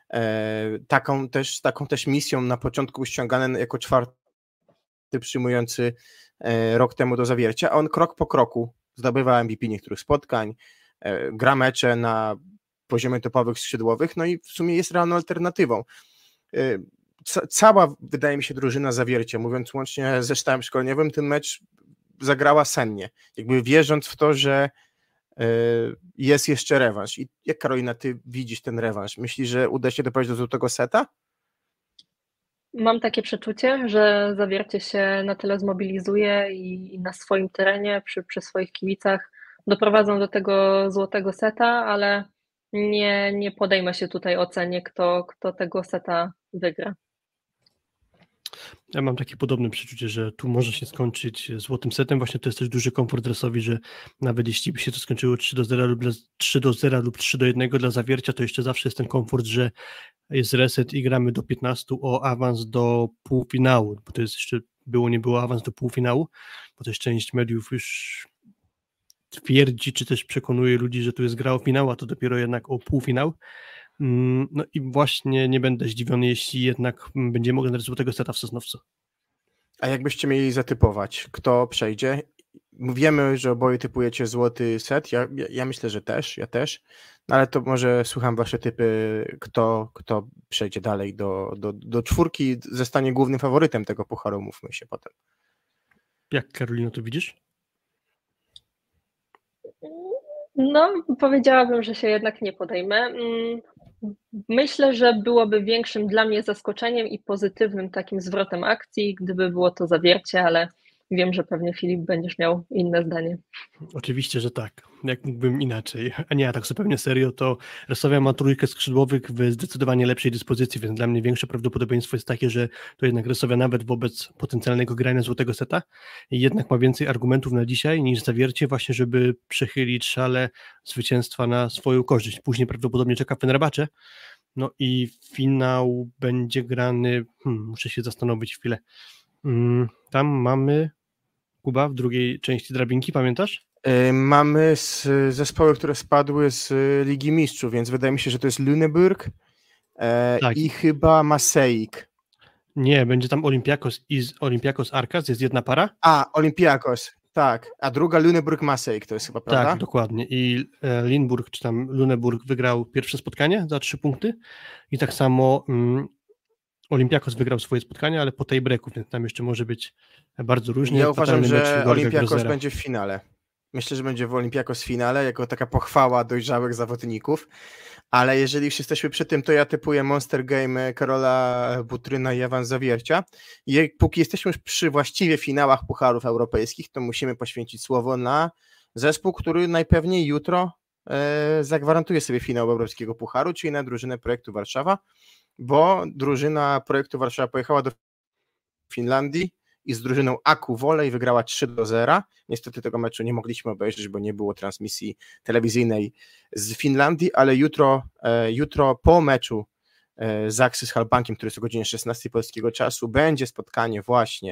Taką też misją na początku ściągany jako czwarty przyjmujący rok temu do Zawiercia, a on krok po kroku zdobywa MVP niektórych spotkań, gra mecze na poziomie topowych skrzydłowych, no i w sumie jest realną alternatywą. Cała, wydaje mi się, drużyna Zawiercia, mówiąc łącznie ze sztabem szkoleniowym, ten mecz zagrała sennie, jakby wierząc w to, że jest jeszcze rewanż. I jak, Karolina, ty widzisz ten rewanż? Myślisz, że uda się doprowadzić do złotego seta? Mam takie przeczucie, że Zawiercie się na tyle zmobilizuje i na swoim terenie, przy swoich kibicach doprowadzą do tego złotego seta, ale nie podejmę się tutaj ocenie, kto tego seta wygra. Ja mam takie podobne przeczucie, że tu może się skończyć złotym setem. Właśnie to jest też duży komfort dresowi, że nawet jeśli by się to skończyło 3-0 lub 3-0 lub 3-1 dla Zawiercia, to jeszcze zawsze jest ten komfort, że jest reset i gramy do 15 o awans do półfinału, bo to jest jeszcze nie było awans do półfinału, bo też część mediów już twierdzi, czy też przekonuje ludzi, że tu jest gra o finał, a to dopiero jednak o półfinał. No i właśnie nie będę zdziwiony, jeśli jednak będziemy oglądać złotego seta w Sosnowcu. A jakbyście mieli zatypować, kto przejdzie? Wiemy, że oboje typujecie złoty set, ja myślę, że ja też, no ale to może słucham wasze typy, kto przejdzie dalej do czwórki, zostanie głównym faworytem tego pucharu, mówmy się potem. Jak, Karolino, to widzisz? No, powiedziałabym, że się jednak nie podejmę. Myślę, że byłoby większym dla mnie zaskoczeniem i pozytywnym takim zwrotem akcji, gdyby było to Zawiercie, ale wiem, że pewnie Filip będziesz miał inne zdanie. Oczywiście, że tak. Jak mógłbym inaczej. A nie, a tak zupełnie serio, to Resowia ma trójkę skrzydłowych w zdecydowanie lepszej dyspozycji, więc dla mnie większe prawdopodobieństwo jest takie, że to jednak Resowia nawet wobec potencjalnego grania złotego seta jednak ma więcej argumentów na dzisiaj niż Zawiercie właśnie, żeby przechylić szale zwycięstwa na swoją korzyść. Później prawdopodobnie czeka Fenerbahce. No i finał będzie grany, muszę się zastanowić chwilę. Tam mamy Kuba w drugiej części drabinki, pamiętasz? Mamy zespoły, które spadły z Ligi Mistrzów, więc wydaje mi się, że to jest Lüneburg Tak. i chyba Maseik. Nie, będzie tam Olympiakos Arkas, jest jedna para. A, Olympiakos, tak. A druga Lüneburg Maseik, to jest chyba, prawda? Tak, dokładnie. I Limburg, czy tam Lüneburg wygrał pierwsze spotkanie za 3 punkty i tak samo Olympiakos wygrał swoje spotkanie, ale po tej breaku, więc tam jeszcze może być bardzo różnie. Ja uważam, że Olympiakos Olympiakos będzie w finale. Myślę, że będzie w Olympiakos w finale, jako taka pochwała dojrzałych zawodników, ale jeżeli już jesteśmy przy tym, to ja typuję Monster Game Karola Butryna i awans Zawiercia. I póki jesteśmy już przy właściwie finałach pucharów europejskich, to musimy poświęcić słowo na zespół, który najpewniej jutro zagwarantuje sobie finał Bobrovskiego Pucharu, czyli na drużynę Projektu Warszawa, bo drużyna Projektu Warszawa pojechała do Finlandii i z drużyną Aku Wolej wygrała 3-0. Niestety tego meczu nie mogliśmy obejrzeć, bo nie było transmisji telewizyjnej z Finlandii, ale jutro po meczu z Aksy z Halbankiem, który jest o godzinie 16 polskiego czasu, będzie spotkanie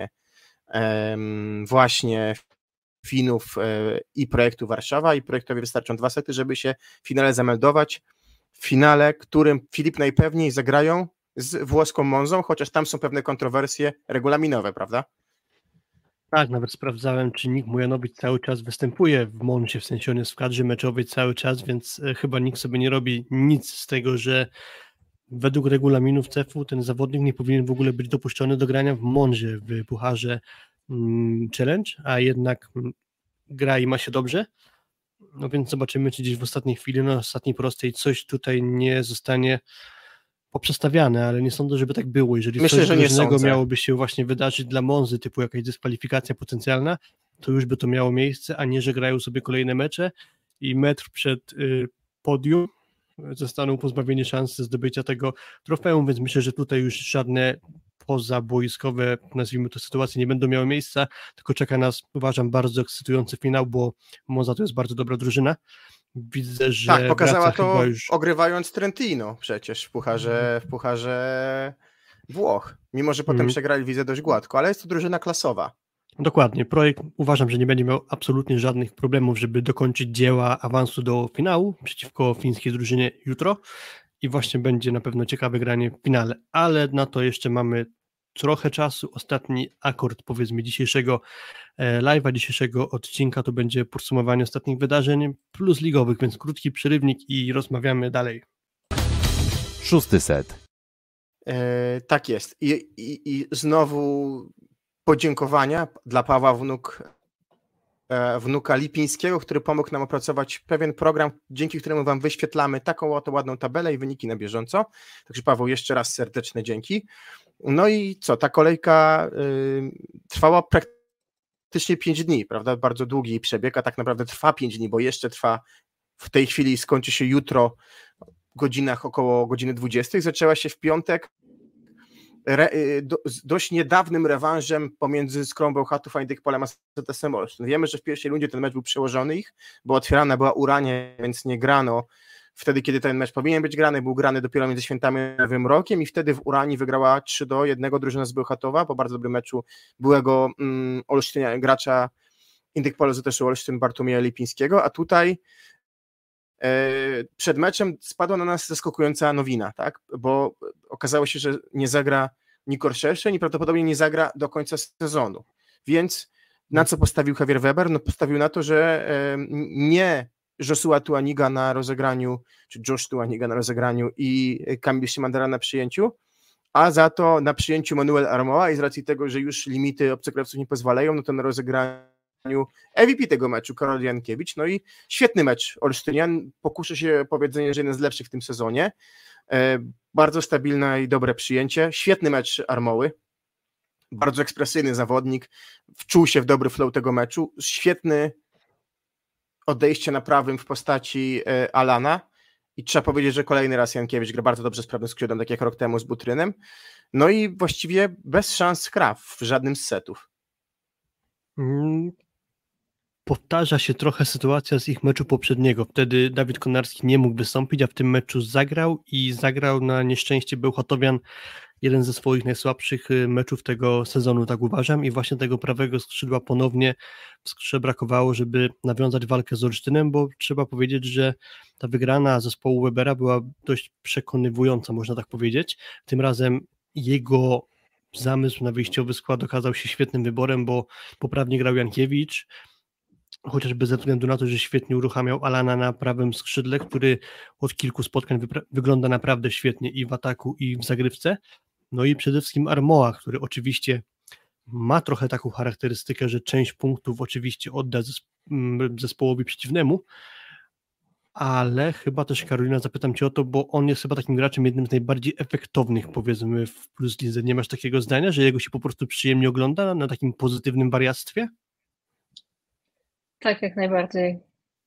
właśnie Finów i Projektu Warszawa, i Projektowi wystarczą 2 sety, żeby się w finale zameldować. W finale, którym Filip najpewniej zagrają z włoską Monzą, chociaż tam są pewne kontrowersje regulaminowe, prawda? Tak, nawet sprawdzałem, czy Nick Mujanowicz cały czas występuje w Monzie, w sensie on jest w kadrze meczowej cały czas, więc chyba nikt sobie nie robi nic z tego, że według regulaminów CEF-u ten zawodnik nie powinien w ogóle być dopuszczony do grania w Monzie w Pucharze Challenge, a jednak gra i ma się dobrze. No więc zobaczymy, czy gdzieś w ostatniej chwili, na ostatniej prostej coś tutaj nie zostanie poprzestawiane, ale nie sądzę, żeby tak było. Jeżeli Myślę, coś że nie groźnego sądzę. miałoby się właśnie wydarzyć dla Monzy, typu jakaś dyskwalifikacja potencjalna, to już by to miało miejsce, a nie, że grają sobie kolejne mecze i metr przed podium zostaną pozbawieni szansy zdobycia tego trofeum, więc myślę, że tutaj już żadne pozaboiskowe, nazwijmy to, sytuacje nie będą miały miejsca, tylko czeka nas, uważam, bardzo ekscytujący finał, bo Monza to jest bardzo dobra drużyna. Widzę, że Tak, pokazała to chyba już... ogrywając Trentino przecież w pucharze Włoch, mimo że potem przegrali wizę dość gładko, ale jest to drużyna klasowa. Dokładnie, projekt uważam, że nie będzie miał absolutnie żadnych problemów, żeby dokończyć dzieła awansu do finału przeciwko fińskiej drużynie jutro i właśnie będzie na pewno ciekawe granie w finale, ale na to jeszcze mamy trochę czasu. Ostatni akord, powiedzmy, dzisiejszego live'a, dzisiejszego odcinka to będzie podsumowanie ostatnich wydarzeń plus ligowych, więc krótki przerywnik i rozmawiamy dalej. 6. set. Tak jest. I znowu podziękowania dla Pawła wnuka Lipińskiego, który pomógł nam opracować pewien program, dzięki któremu wam wyświetlamy taką oto ładną tabelę i wyniki na bieżąco. Także Paweł, jeszcze raz serdeczne dzięki. No i co, ta kolejka trwała praktycznie 5 dni, prawda? Bardzo długi przebieg, a tak naprawdę trwa 5 dni, bo jeszcze trwa w tej chwili, skończy się jutro w godzinach około godziny 20. Zaczęła się w piątek dość niedawnym rewanżem pomiędzy Skrą Bełchatów a Indykpolem a ZS-em Olsztyn. Wiemy, że w pierwszej rundzie ten mecz był przełożony ich, bo otwierana była Uranie, więc nie grano wtedy, kiedy ten mecz powinien być grany, był grany dopiero między świętami a Nowym Rokiem i wtedy w Uranii wygrała 3-1 drużyna z Bełchatowa po bardzo dobrym meczu byłego Olsztynia, gracza Indykpolu ZS-u Olsztyn Bartłomieja Lipińskiego, a tutaj przed meczem spadła na nas zaskakująca nowina, tak? Bo okazało się, że nie zagra Nikor Szerszeń i prawdopodobnie nie zagra do końca sezonu. Więc na co postawił Javier Weber? No postawił na to, że nie Joshua Tuaniga na rozegraniu, czy Josh Tuaniga na rozegraniu i Kamil Szymandera na przyjęciu, a za to na przyjęciu Manuel Armoa i z racji tego, że już limity obcokrajowców nie pozwalają, no to na rozegraniu MVP tego meczu, Karol Jankiewicz. No i świetny mecz Olsztynian. Pokuszę się o powiedzenie, że jeden z lepszych w tym sezonie. Bardzo stabilne i dobre przyjęcie. Świetny mecz Armoły. Bardzo ekspresyjny zawodnik. Wczuł się w dobry flow tego meczu. Świetny odejście na prawym w postaci Alana. I trzeba powiedzieć, że kolejny raz Jankiewicz gra bardzo dobrze z prawym skrzydłem, tak jak rok temu z Butrynem. No i właściwie bez szans gra w żadnym z setów. Powtarza się trochę sytuacja z ich meczu poprzedniego. Wtedy Dawid Konarski nie mógł wystąpić, a w tym meczu zagrał na nieszczęście Bełchatowian jeden ze swoich najsłabszych meczów tego sezonu, tak uważam, i właśnie tego prawego skrzydła ponownie w skrzydle brakowało, żeby nawiązać walkę z Olsztynem, bo trzeba powiedzieć, że ta wygrana zespołu Webera była dość przekonywująca, można tak powiedzieć. Tym razem jego zamysł na wyjściowy skład okazał się świetnym wyborem, bo poprawnie grał Jankiewicz, chociażby ze względu na to, że świetnie uruchamiał Alana na prawym skrzydle, który od kilku spotkań wygląda naprawdę świetnie i w ataku, i w zagrywce. No i przede wszystkim Armoa, który oczywiście ma trochę taką charakterystykę, że część punktów oczywiście odda zespołowi przeciwnemu, ale chyba też, Karolina, zapytam Cię o to, bo on jest chyba takim graczem jednym z najbardziej efektownych, powiedzmy, w Plus Lidze. Nie masz takiego zdania, że jego się po prostu przyjemnie ogląda na takim pozytywnym wariactwie? Tak, jak najbardziej.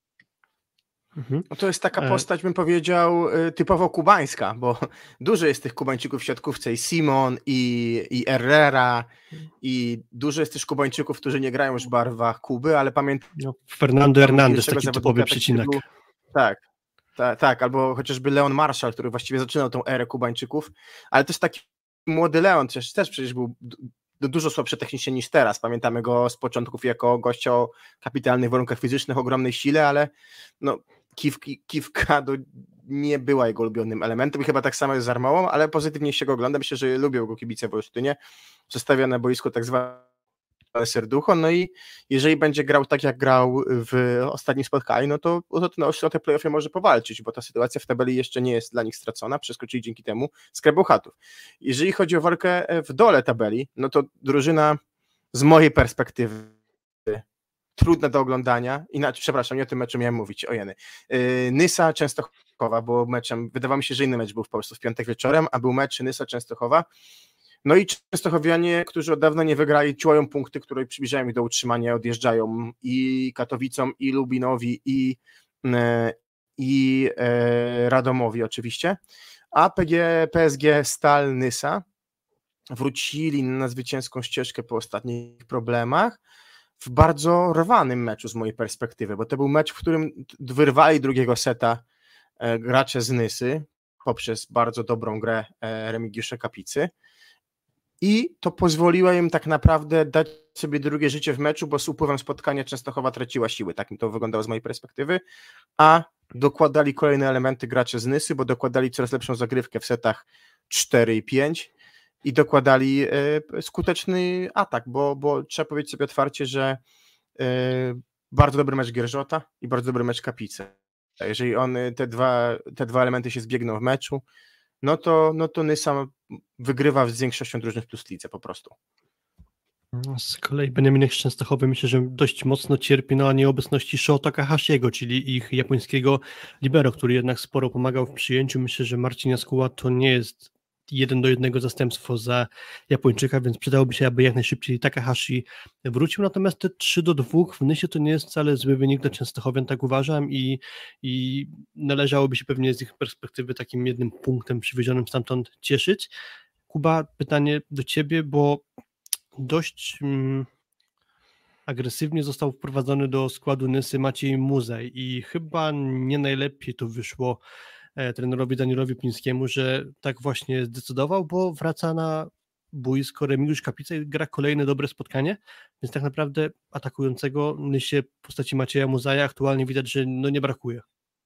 No to jest taka postać, bym powiedział, typowo kubańska, bo dużo jest tych Kubańczyków w siatkówce, i Simon, i Herrera, i dużo jest też Kubańczyków, którzy nie grają już w barwach Kuby, ale pamiętam... No, Fernando Hernandez, taki typowy przecinak. Tak, albo chociażby Leon Marshall, który właściwie zaczynał tą erę Kubańczyków, ale też taki młody Leon też przecież był dużo słabszy technicznie niż teraz. Pamiętamy go z początków jako gościa o kapitalnych warunkach fizycznych, ogromnej sile, ale no, kiwka nie była jego ulubionym elementem i chyba tak samo jest z Armałą, ale pozytywnie się go ogląda. Myślę, że lubią go kibice w Olsztynie. Zostawia na boisku tak zwane serducho, no i jeżeli będzie grał tak, jak grał w ostatnim spotkaniu, no to ten Olsztyn o te play-offy może powalczyć, bo ta sytuacja w tabeli jeszcze nie jest dla nich stracona, przeskoczyli dzięki temu skraj Bełchatów. Jeżeli chodzi o walkę w dole tabeli, no to drużyna z mojej perspektywy trudna do oglądania, inaczej, przepraszam, nie o tym meczu miałem mówić, Nysa Częstochowa, bo meczem, wydawało mi się, że inny mecz był po prostu w piątek wieczorem, a był mecz Nysa Częstochowa. No i Częstochowianie, którzy od dawna nie wygrali, ciułają punkty, które przybliżają ich do utrzymania, odjeżdżają i Katowicom, i Lubinowi, i Radomowi oczywiście, a PSG, Stal, Nysa wrócili na zwycięską ścieżkę po ostatnich problemach w bardzo rwanym meczu z mojej perspektywy, bo to był mecz, w którym wyrwali drugiego seta gracze z Nysy poprzez bardzo dobrą grę Remigiusza Kapicy. I to pozwoliło im tak naprawdę dać sobie drugie życie w meczu, bo z upływem spotkania Częstochowa traciła siły. Tak mi to wyglądało z mojej perspektywy. A dokładali kolejne elementy gracze z Nysy, bo dokładali coraz lepszą zagrywkę w setach 4 i 5 i dokładali skuteczny atak, bo trzeba powiedzieć sobie otwarcie, że bardzo dobry mecz Gierżota i bardzo dobry mecz Kapicy. Jeżeli te dwa elementy się zbiegną w meczu, no to Nysa wygrywa z większością drużyn w Plus Lidze po prostu. Z kolei Beniaminek z Częstochowy myślę, że dość mocno cierpi na nieobecności Sho Takahashiego, czyli ich japońskiego libero, który jednak sporo pomagał w przyjęciu. Myślę, że Marcin Jaskuła to nie jest 1:1 zastępstwo za Japończyka, więc przydałoby się, aby jak najszybciej Takahashi wrócił, natomiast te 3-2 w Nysie to nie jest wcale zły wynik dla Częstochowian, tak uważam, i należałoby się pewnie z ich perspektywy takim jednym punktem przywiezionym stamtąd cieszyć. Kuba, pytanie do ciebie, bo dość agresywnie został wprowadzony do składu Nysy Maciej Muzaj i chyba nie najlepiej to wyszło trenerowi Danielowi Plińskiemu, że tak właśnie zdecydował, bo wraca na boisko Remigiusz Kapica i gra kolejne dobre spotkanie, więc tak naprawdę atakującego Nysie w postaci Macieja Muzaja aktualnie widać, że no nie brakuje.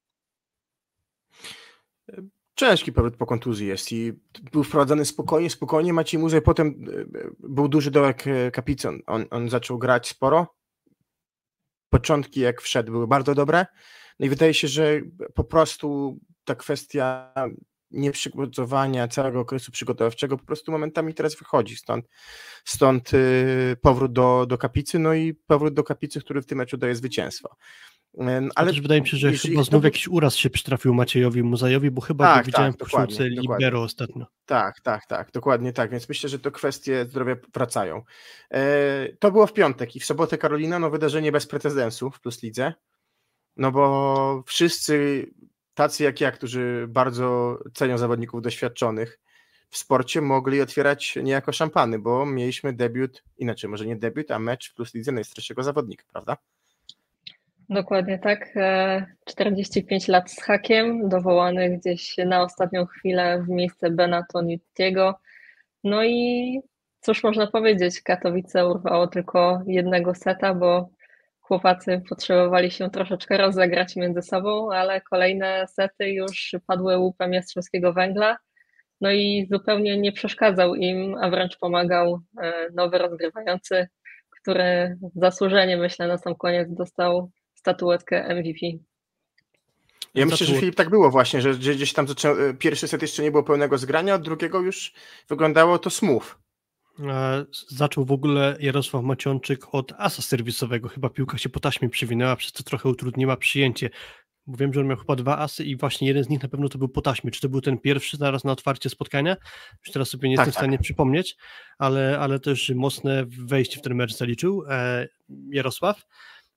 Ciężki powrót po kontuzji jest i był wprowadzany spokojnie. Maciej Muzaj potem był duży dołek Kapicy, on zaczął grać sporo. Początki jak wszedł były bardzo dobre, no i wydaje się, że po prostu ta kwestia nieprzygotowania całego okresu przygotowawczego po prostu momentami teraz wychodzi, stąd powrót do Kapicy, no i powrót do Kapicy, który w tym meczu daje zwycięstwo. Ale też wydaje mi się, że chyba znów jakiś uraz się przytrafił Maciejowi Muzajowi, bo chyba go widziałem w koszulce libero ostatnio. Tak, dokładnie tak, więc myślę, że to kwestie zdrowia wracają. To było w piątek i w sobotę Karolina, wydarzenie bez precedensu w Plus Lidze, no bo wszyscy tacy jak ja, którzy bardzo cenią zawodników doświadczonych w sporcie, mogli otwierać niejako szampany, bo mieliśmy debiut, inaczej może nie debiut, a mecz w Plus Lidze najstarszego zawodnika, prawda? Dokładnie tak. 45 lat z hakiem, dowołany gdzieś na ostatnią chwilę w miejsce Bena Tonitiego. No i cóż można powiedzieć, Katowice urwało tylko jednego seta, bo chłopacy potrzebowali się troszeczkę rozegrać między sobą, ale kolejne sety już padły łupem Jastrzębskiego Węgla. No i zupełnie nie przeszkadzał im, a wręcz pomagał nowy rozgrywający, który zasłużenie, myślę, na sam koniec dostał statuetkę MVP. Ja myślę, że Filip tak było właśnie, że gdzieś tam pierwszy set jeszcze nie było pełnego zgrania, od drugiego już wyglądało to smooth. Zaczął w ogóle Jarosław Macionczyk od asa serwisowego. Chyba piłka się po taśmie przywinęła, przez co trochę utrudniła przyjęcie. Bo wiem, że on miał chyba 2 asy i właśnie jeden z nich na pewno to był po taśmie. Czy to był ten pierwszy zaraz na otwarcie spotkania? Już teraz sobie nie jestem w stanie przypomnieć, ale też mocne wejście w ten mecz zaliczył Jarosław.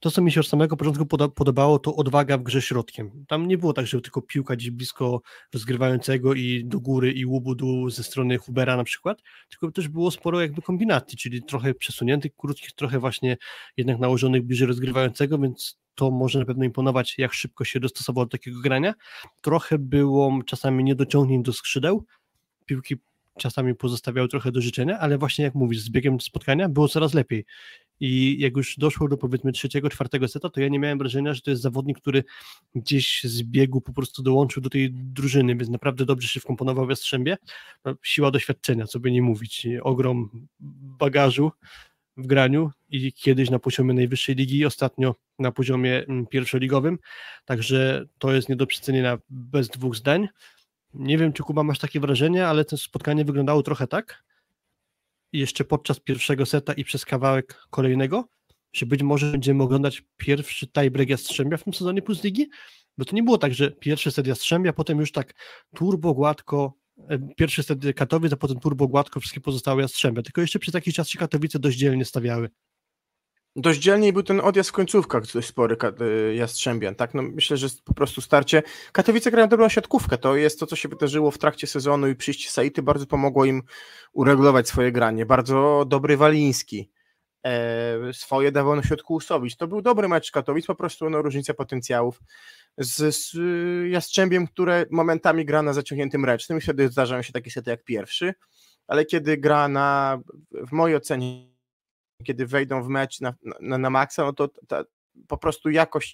to, co mi się od samego początku podobało, to odwaga w grze środkiem. Tam nie było tak, że tylko piłka gdzieś blisko rozgrywającego i do góry i łubu dół ze strony Hubera na przykład, tylko też było sporo jakby kombinacji, czyli trochę przesuniętych, krótkich, trochę właśnie jednak nałożonych bliżej rozgrywającego, więc to może na pewno imponować, jak szybko się dostosował do takiego grania. Trochę było czasami niedociągnięć do skrzydeł, piłki czasami pozostawiały trochę do życzenia, ale właśnie jak mówisz, z biegiem spotkania było coraz lepiej. I jak już doszło do powiedzmy 3., 4. seta, to ja nie miałem wrażenia, że to jest zawodnik, który gdzieś z biegu po prostu dołączył do tej drużyny, więc naprawdę dobrze się wkomponował w Jastrzębie. No, siła doświadczenia, co by nie mówić, ogrom bagażu w graniu i kiedyś na poziomie najwyższej ligi, ostatnio na poziomie pierwszoligowym, także to jest nie do przecenienia bez dwóch zdań. Nie wiem, czy Kuba masz takie wrażenie, ale to spotkanie wyglądało trochę tak, i jeszcze podczas pierwszego seta i przez kawałek kolejnego, że być może będziemy oglądać pierwszy tiebreak Jastrzębia w tym sezonie Plus Ligi, bo to nie było tak, że pierwszy set Jastrzębia, potem już tak turbo gładko, pierwszy set Katowic, a potem turbo gładko wszystkie pozostałe Jastrzębia, tylko jeszcze przez jakiś czas się Katowice dość dzielnie stawiały. Dość dzielniej był ten odjazd w końcówkach dość spory Jastrzębian, tak? No myślę, że po prostu starcie. Katowice grają dobrą siatkówkę, to jest to, co się wydarzyło w trakcie sezonu i przyjście Saity bardzo pomogło im uregulować swoje granie. Bardzo dobry Waliński, swoje dawał na środku Usowicz. To był dobry mecz Katowic, po prostu no, różnica potencjałów z Jastrzębiem, które momentami gra na zaciągniętym ręcznym i wtedy zdarzają się takie sety jak pierwszy, ale kiedy gra w mojej ocenie, kiedy wejdą w mecz na maksa, no to po prostu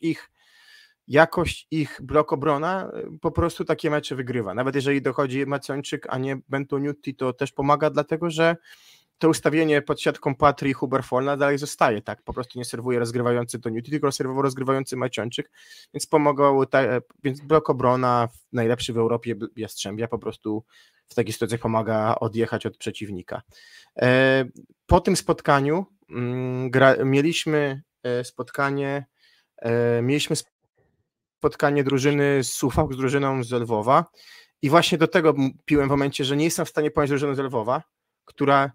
jakość ich blok obrona po prostu takie mecze wygrywa. Nawet jeżeli dochodzi Macończyk, a nie Bentoniutti, to też pomaga, dlatego że to ustawienie pod siatką Patry i Huber-Folna dalej zostaje, tak, po prostu nie serwuje rozgrywający Toniutti, tylko serwował rozgrywający Macończyk, więc pomagał, więc blok obrona najlepszy w Europie Jastrzębia po prostu w takiej sytuacji pomaga odjechać od przeciwnika. Po tym spotkaniu mieliśmy spotkanie drużyny z Suwałk z drużyną z Lwowa i właśnie do tego piłem w momencie, że nie jestem w stanie pojąć drużyny z Lwowa, która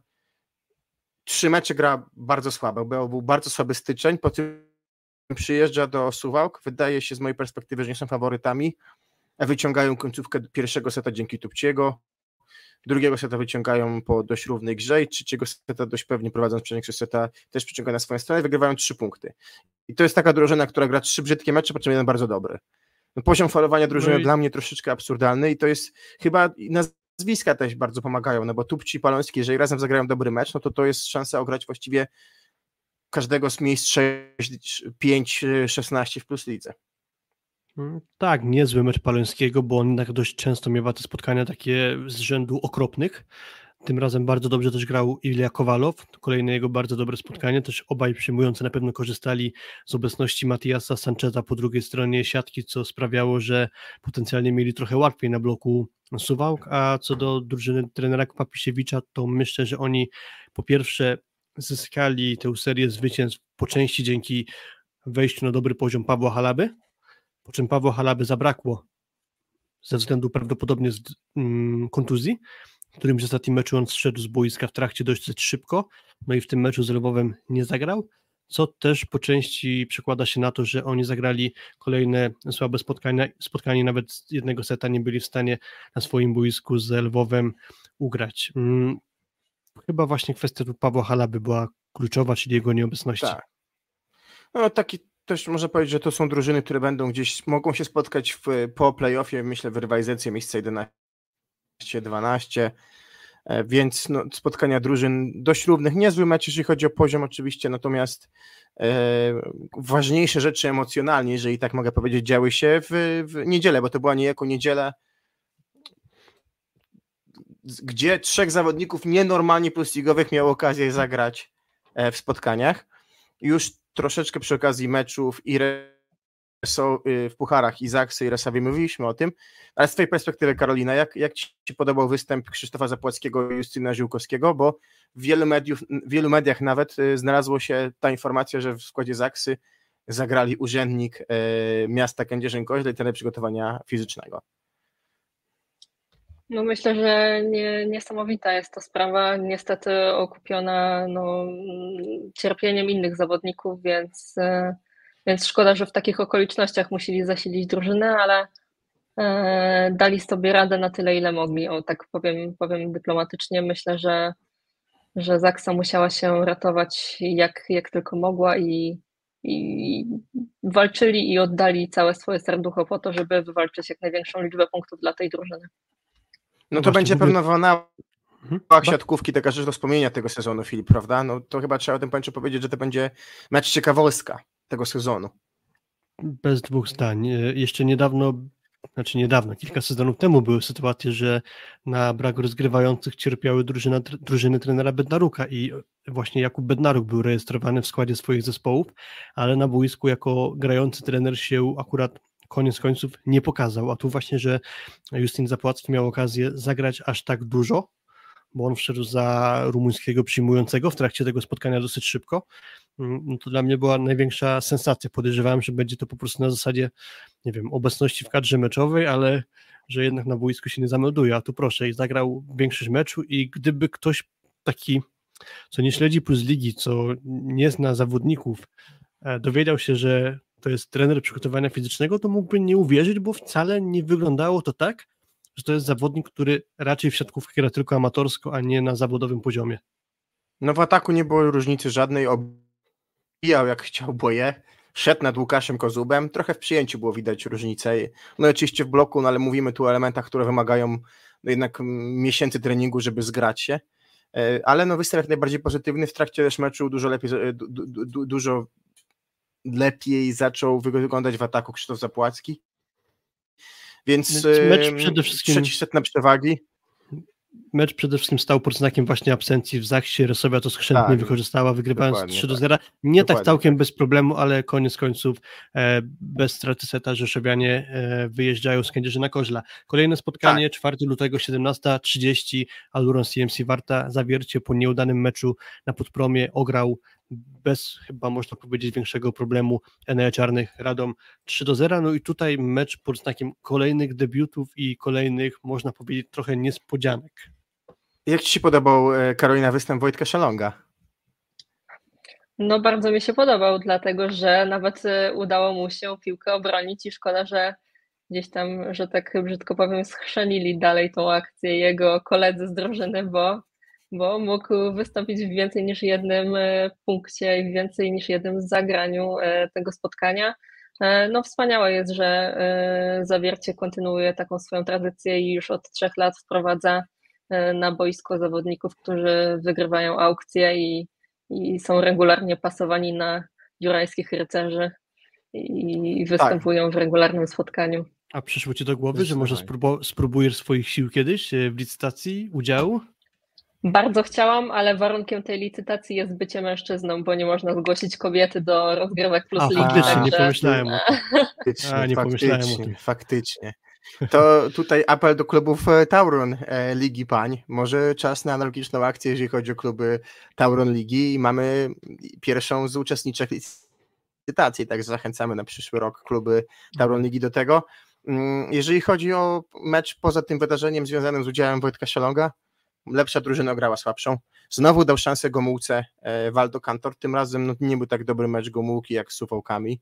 3 mecze gra bardzo słabo, był bardzo słaby styczeń, po tym przyjeżdża do Suwałk, wydaje się z mojej perspektywy, że nie są faworytami, a wyciągają końcówkę pierwszego seta dzięki Tupciego, drugiego seta wyciągają po dość równej grze i trzeciego seta dość pewnie prowadząc pierwszego seta też przyciągają na swoją stronę, wygrywają 3 punkty. I to jest taka drużyna, która gra 3 brzydkie mecze, po czym jeden bardzo dobry. No, poziom falowania drużyny dla mnie troszeczkę absurdalny i to jest chyba nazwiska też bardzo pomagają, no bo Tupci i Paloński, jeżeli razem zagrają dobry mecz, no to jest szansa ograć właściwie każdego z miejsc 6, 5, 16 w Plus Lidze. Tak, niezły mecz Palońskiego, bo on tak dość często miewa te spotkania takie z rzędu okropnych. Tym razem bardzo dobrze też grał Ilja Kowalow, kolejne jego bardzo dobre spotkanie, też obaj przyjmujący na pewno korzystali z obecności Matiasa Sancheza po drugiej stronie siatki, co sprawiało, że potencjalnie mieli trochę łatwiej na bloku Suwałk, a co do drużyny trenera Papisiewicza, to myślę, że oni po pierwsze zyskali tę serię zwycięstw po części dzięki wejściu na dobry poziom Pawła Halaby, po czym Pawła Halaby zabrakło ze względu prawdopodobnie kontuzji, w którymś ostatnim meczu on zszedł z boiska w trakcie dość szybko, no i w tym meczu z Lwowem nie zagrał, co też po części przekłada się na to, że oni zagrali kolejne słabe spotkania, nawet z jednego seta nie byli w stanie na swoim boisku z Lwowem ugrać. Chyba właśnie kwestia Pawła Halaby była kluczowa, czyli jego nieobecności. Tak. No taki też można powiedzieć, że to są drużyny, które będą gdzieś, mogą się spotkać po play-offie, myślę w rywalizacji miejsca 11-12, więc no, spotkania drużyn dość równych, niezły mecz, jeżeli chodzi o poziom oczywiście, natomiast ważniejsze rzeczy emocjonalnie, jeżeli tak mogę powiedzieć, działy się w niedzielę, bo to była niejako niedziela, gdzie 3 zawodników nienormalnie plusligowych miało okazję zagrać w spotkaniach. Już troszeczkę przy okazji meczów w pucharach i Zaksy i Resawie mówiliśmy o tym, ale z twojej perspektywy, Karolina, jak ci się podobał występ Krzysztofa Zapłackiego i Justyna Ziółkowskiego, bo w wielu mediach nawet znalazło się ta informacja, że w składzie Zaksy zagrali urzędnik miasta Kędzierzyn-Koźle i trener przygotowania fizycznego. No myślę, że niesamowita jest to sprawa, niestety okupiona cierpieniem innych zawodników, więc więc szkoda, że w takich okolicznościach musieli zasilić drużynę, ale dali sobie radę na tyle, ile mogli. O, tak powiem dyplomatycznie. Myślę, że Zaksa musiała się ratować jak tylko mogła i walczyli i oddali całe swoje serducho po to, żeby wywalczyć jak największą liczbę punktów dla tej drużyny. No to będzie pewno w siatkówki taka rzecz do wspomnienia tego sezonu, Filip, prawda? No to chyba trzeba o tym końcu powiedzieć, że to będzie mecz ciekawostka tego sezonu. Bez dwóch zdań. Jeszcze niedawno, kilka sezonów temu były sytuacje, że na brak rozgrywających cierpiały drużyny trenera Bednaruka i właśnie Jakub Bednaruk był rejestrowany w składzie swoich zespołów, ale na boisku jako grający trener się akurat koniec końców nie pokazał, a tu właśnie, że Justin Zapłacki miał okazję zagrać aż tak dużo, bo on wszedł za rumuńskiego przyjmującego w trakcie tego spotkania dosyć szybko. No to dla mnie była największa sensacja. Podejrzewałem, że będzie to po prostu na zasadzie, nie wiem, obecności w kadrze meczowej, ale że jednak na boisku się nie zamelduje, a tu proszę, i zagrał większość meczu i gdyby ktoś taki, co nie śledzi Plus Ligi, co nie zna zawodników, dowiedział się, że to jest trener przygotowania fizycznego, to mógłby nie uwierzyć, bo wcale nie wyglądało to tak, że to jest zawodnik, który raczej w siatkówkę gra tylko amatorsko, a nie na zawodowym poziomie. No w ataku nie było różnicy żadnej, obijał jak chciał Boje, szedł nad Łukaszem Kozubem, trochę w przyjęciu było widać różnicę, no oczywiście w bloku, no ale mówimy tu o elementach, które wymagają no jednak miesięcy treningu, żeby zgrać się, ale no występ jak najbardziej pozytywny, w trakcie też meczu dużo lepiej zaczął wyglądać w ataku Krzysztof Zapłacki, więc mecz przede wszystkim... trzeci set na przewagi. Mecz przede wszystkim stał pod znakiem właśnie absencji w Zaksie. Resowia to skrzętnie wykorzystała, wygrywając 3-0. Nie tak całkiem bez problemu, ale koniec końców bez straty seta Rzeszowianie wyjeżdżają z Kędzierzyna Koźla. Kolejne spotkanie 4 lutego 17:30 Aluron CMC Warta. Zawiercie po nieudanym meczu na Podpromie ograł bez, chyba można powiedzieć, większego problemu Enea Czarnych Radom 3-0. No i tutaj mecz pod znakiem kolejnych debiutów i kolejnych, można powiedzieć, trochę niespodzianek. Jak Ci się podobał, Karolina, występ Wojtka Szalonga? No bardzo mi się podobał, dlatego że nawet udało mu się piłkę obronić i szkoda, że gdzieś tam, że tak brzydko powiem, schrzanili dalej tą akcję jego koledzy z drużyny, bo mógł wystąpić w więcej niż jednym punkcie i w więcej niż jednym zagraniu tego spotkania. No wspaniałe jest, że Zawiercie kontynuuje taką swoją tradycję i już od 3 lat wprowadza na boisko zawodników, którzy wygrywają aukcje i są regularnie pasowani na Jurajskich Rycerzy i występują w regularnym spotkaniu. A przyszło Ci do głowy, że może spróbujesz swoich sił kiedyś w licytacji udziału? Bardzo chciałam, ale warunkiem tej licytacji jest bycie mężczyzną, bo nie można zgłosić kobiety do rozgrywek Plus Ligi. Faktycznie, nie pomyślałem o tym. Pomyślałem o tym. Faktycznie. To tutaj apel do klubów Tauron Ligi Pań. Może czas na analogiczną akcję, jeżeli chodzi o kluby Tauron Ligi i mamy pierwszą z uczestniczek licytacji, tak zachęcamy na przyszły rok kluby Tauron Ligi do tego. Jeżeli chodzi o mecz poza tym wydarzeniem związanym z udziałem Wojtka Szalonga, lepsza drużyna grała słabszą. Znowu dał szansę Gomułce Waldo Kantor. Tym razem nie był tak dobry mecz Gomułki jak z Suwałkami.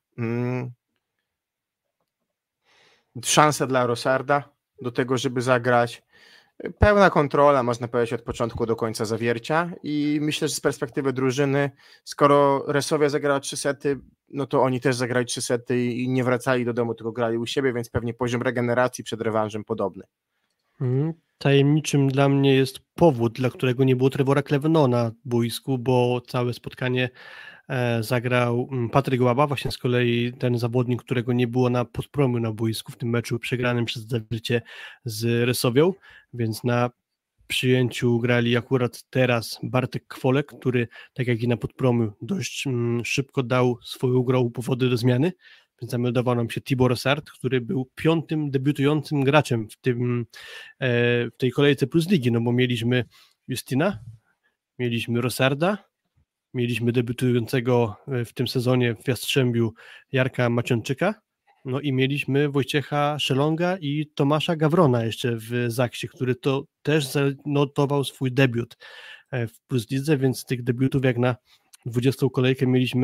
Szansa dla Rosarda do tego, żeby zagrać. Pełna kontrola, można powiedzieć, od początku do końca Zawiercia i myślę, że z perspektywy drużyny, skoro Resowia zagrała 3 sety, no to oni też zagrali 3 sety i nie wracali do domu, tylko grali u siebie, więc pewnie poziom regeneracji przed rewanżem podobny. Tajemniczym dla mnie jest powód, dla którego nie było Trevora Kleveno na boisku, bo całe spotkanie zagrał Patryk Łaba, właśnie z kolei ten zawodnik, którego nie było na Podpromiu na boisku w tym meczu przegranym przez Zawiercie z Resowią, więc na przyjęciu grali akurat teraz Bartek Kwolek, który tak jak i na Podpromiu dość szybko dał swoją grą powody do zmiany, więc zameldował nam się Tibor Rosard, który był 5. debiutującym graczem w tej kolejce Plus Ligi, no bo mieliśmy Justina, mieliśmy Rosarda, mieliśmy debiutującego w tym sezonie w Jastrzębiu Jarka Macionczyka, no i mieliśmy Wojciecha Szelonga i Tomasza Gawrona jeszcze w Zaksie, który to też zanotował swój debiut w Plus Lidze, więc tych debiutów jak na 20. kolejkę mieliśmy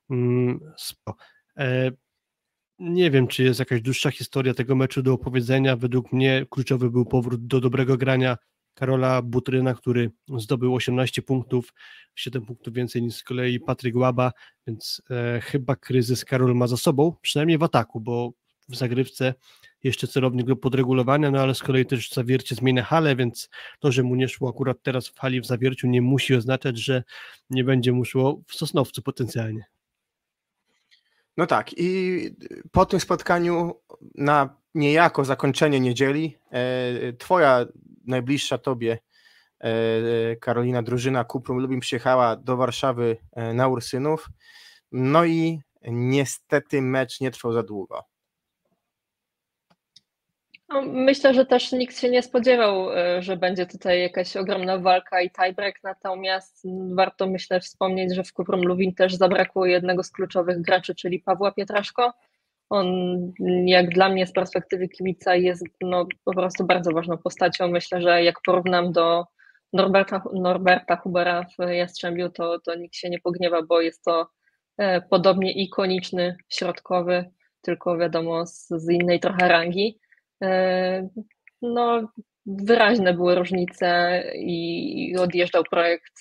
Nie wiem, czy jest jakaś dłuższa historia tego meczu do opowiedzenia. Według mnie kluczowy był powrót do dobrego grania Karola Butryna, który zdobył 18 punktów, 7 punktów więcej niż z kolei Patryk Łaba, więc chyba kryzys Karol ma za sobą, przynajmniej w ataku, bo w zagrywce jeszcze celownik do podregulowania, no ale z kolei też Zawiercie zmienia halę, więc to, że mu nie szło akurat teraz w hali w Zawierciu, nie musi oznaczać, że nie będzie mu szło w Sosnowcu potencjalnie. No tak, i po tym spotkaniu na niejako zakończenie niedzieli twoja najbliższa tobie Karolina drużyna Cuprum Lubin przyjechała do Warszawy na Ursynów, no i niestety mecz nie trwał za długo. No, myślę, że też nikt się nie spodziewał, że będzie tutaj jakaś ogromna walka i tiebreak, natomiast warto, myślę, wspomnieć, że w Cuprum Lublin też zabrakło jednego z kluczowych graczy, czyli Pawła Pietraszko. On, jak dla mnie z perspektywy kibica, jest po prostu bardzo ważną postacią. Myślę, że jak porównam do Norberta Hubera w Jastrzębiu, to nikt się nie pogniewa, bo jest to podobnie ikoniczny środkowy, tylko wiadomo z innej trochę rangi. No, wyraźne były różnice i odjeżdżał projekt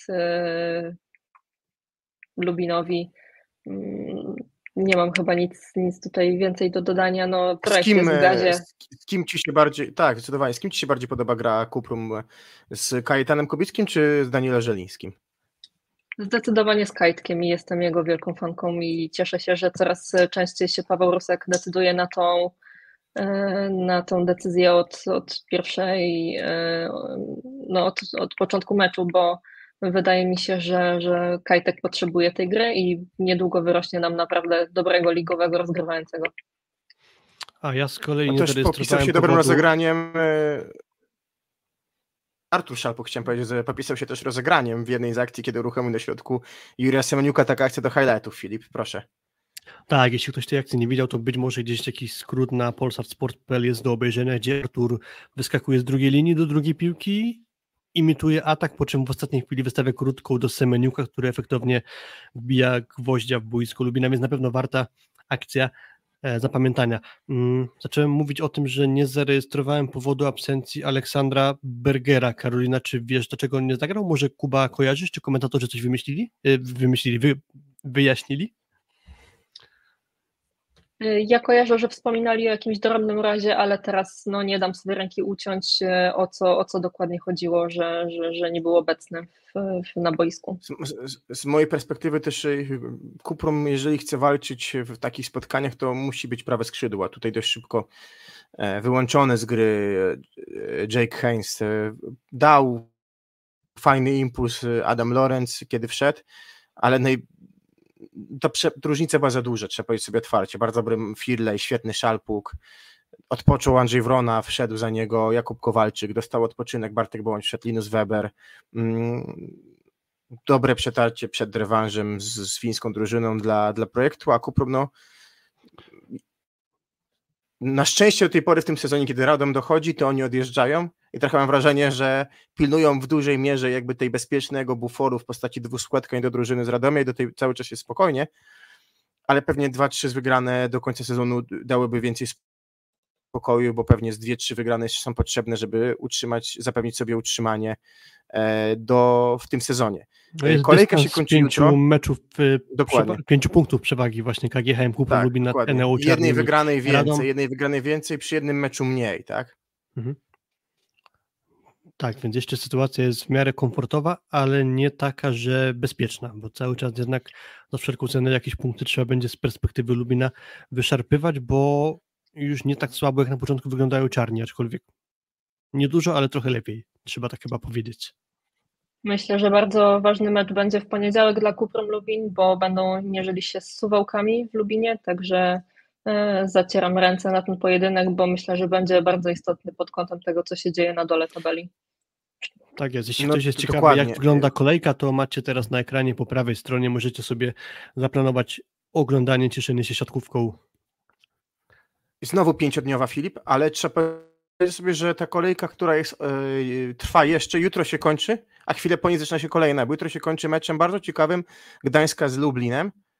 Lubinowi. Nie mam chyba nic tutaj więcej do dodania. No, projekt jest w gazie. Z kim ci się bardziej, tak, zdecydowanie, z kim ci się bardziej podoba gra Cuprum? Z Kajetanem Kubickim czy z Danielem Żelińskim? Zdecydowanie z Kajtkiem i jestem jego wielką fanką i cieszę się, że coraz częściej się Paweł Rusek decyduje na tą decyzję od pierwszej, od początku meczu, bo wydaje mi się, że Kajtek potrzebuje tej gry i niedługo wyrośnie nam naprawdę dobrego ligowego rozgrywającego. A ja z kolei nie zarejestrowałem popisał się dobrym rozegraniem. Artur Szalpuk, chciałem powiedzieć, że popisał się też rozegraniem w jednej z akcji, kiedy uruchomił na środku Jurija Semeniuka. Taka akcja do highlightów, Filip, proszę. Tak, jeśli ktoś tej akcji nie widział, to być może gdzieś jakiś skrót na polsatsport.pl jest do obejrzenia, gdzie Artur wyskakuje z drugiej linii do drugiej piłki, imituje atak, po czym w ostatniej chwili wystawia krótką do Semeniuka, który efektownie wbija gwoździa w boisko Lubina, więc na pewno warta akcja zapamiętania. Zacząłem mówić o tym, że nie zarejestrowałem powodu absencji Aleksandra Bergera. Karolina, czy wiesz, dlaczego on nie zagrał? Może Kuba kojarzysz, czy komentatorzy coś wyjaśnili? Ja kojarzę, że wspominali o jakimś drobnym razie, ale teraz nie dam sobie ręki uciąć, o co dokładnie chodziło, że nie był obecny na boisku. Z mojej perspektywy też Cuprum, jeżeli chce walczyć w takich spotkaniach, to musi być prawe skrzydło. Tutaj dość szybko wyłączony z gry Jake Haynes. Dał fajny impuls Adam Lorenz, kiedy wszedł, ale różnica była za duża, trzeba powiedzieć sobie otwarcie. Bardzo dobry Firlej, świetny Szalpuk. Odpoczął Andrzej Wrona, wszedł za niego Jakub Kowalczyk, dostał odpoczynek Bartek Bołoń, wszedł Linus Weber. Dobre przetarcie przed rewanżem z fińską drużyną dla projektu, a Cuprum na szczęście do tej pory w tym sezonie, kiedy Radom dochodzi, to oni odjeżdżają i trochę mam wrażenie, że pilnują w dużej mierze jakby tej bezpiecznego buforu w postaci 2 spotkań do drużyny z Radomia i do tej cały czas jest spokojnie, ale pewnie 2-3 wygrane do końca sezonu dałyby więcej spokoju, bo pewnie z 2-3 wygrane są potrzebne, żeby zapewnić sobie utrzymanie w tym sezonie. Kolejka się kończy jutro. Meczów, 5 punktów przewagi właśnie KGHM Cuprum Lubin nad Eneą Czarnymi. Jednej wygranej więcej przy jednym meczu mniej, tak? Mhm. Tak, więc jeszcze sytuacja jest w miarę komfortowa, ale nie taka, że bezpieczna, bo cały czas jednak za wszelką cenę jakieś punkty trzeba będzie z perspektywy Lubina wyszarpywać, bo już nie tak słabo jak na początku wyglądają Czarni, aczkolwiek niedużo, ale trochę lepiej, trzeba tak chyba powiedzieć. Myślę, że bardzo ważny mecz będzie w poniedziałek dla Cuprum Lubin, bo będą mierzyli się z Suwałkami w Lubinie, także zacieram ręce na ten pojedynek, bo myślę, że będzie bardzo istotny pod kątem tego, co się dzieje na dole tabeli. Tak jest, jeśli ktoś jest ciekawy, jak wygląda kolejka, to macie teraz na ekranie po prawej stronie, możecie sobie zaplanować oglądanie, cieszenie się siatkówką. Znowu 5-dniowa, Filip, ale trzeba powiedzieć sobie, że ta kolejka, która trwa jeszcze, jutro się kończy, a chwilę później zaczyna się kolejna, bo jutro się kończy meczem bardzo ciekawym Gdańska z Lublinem.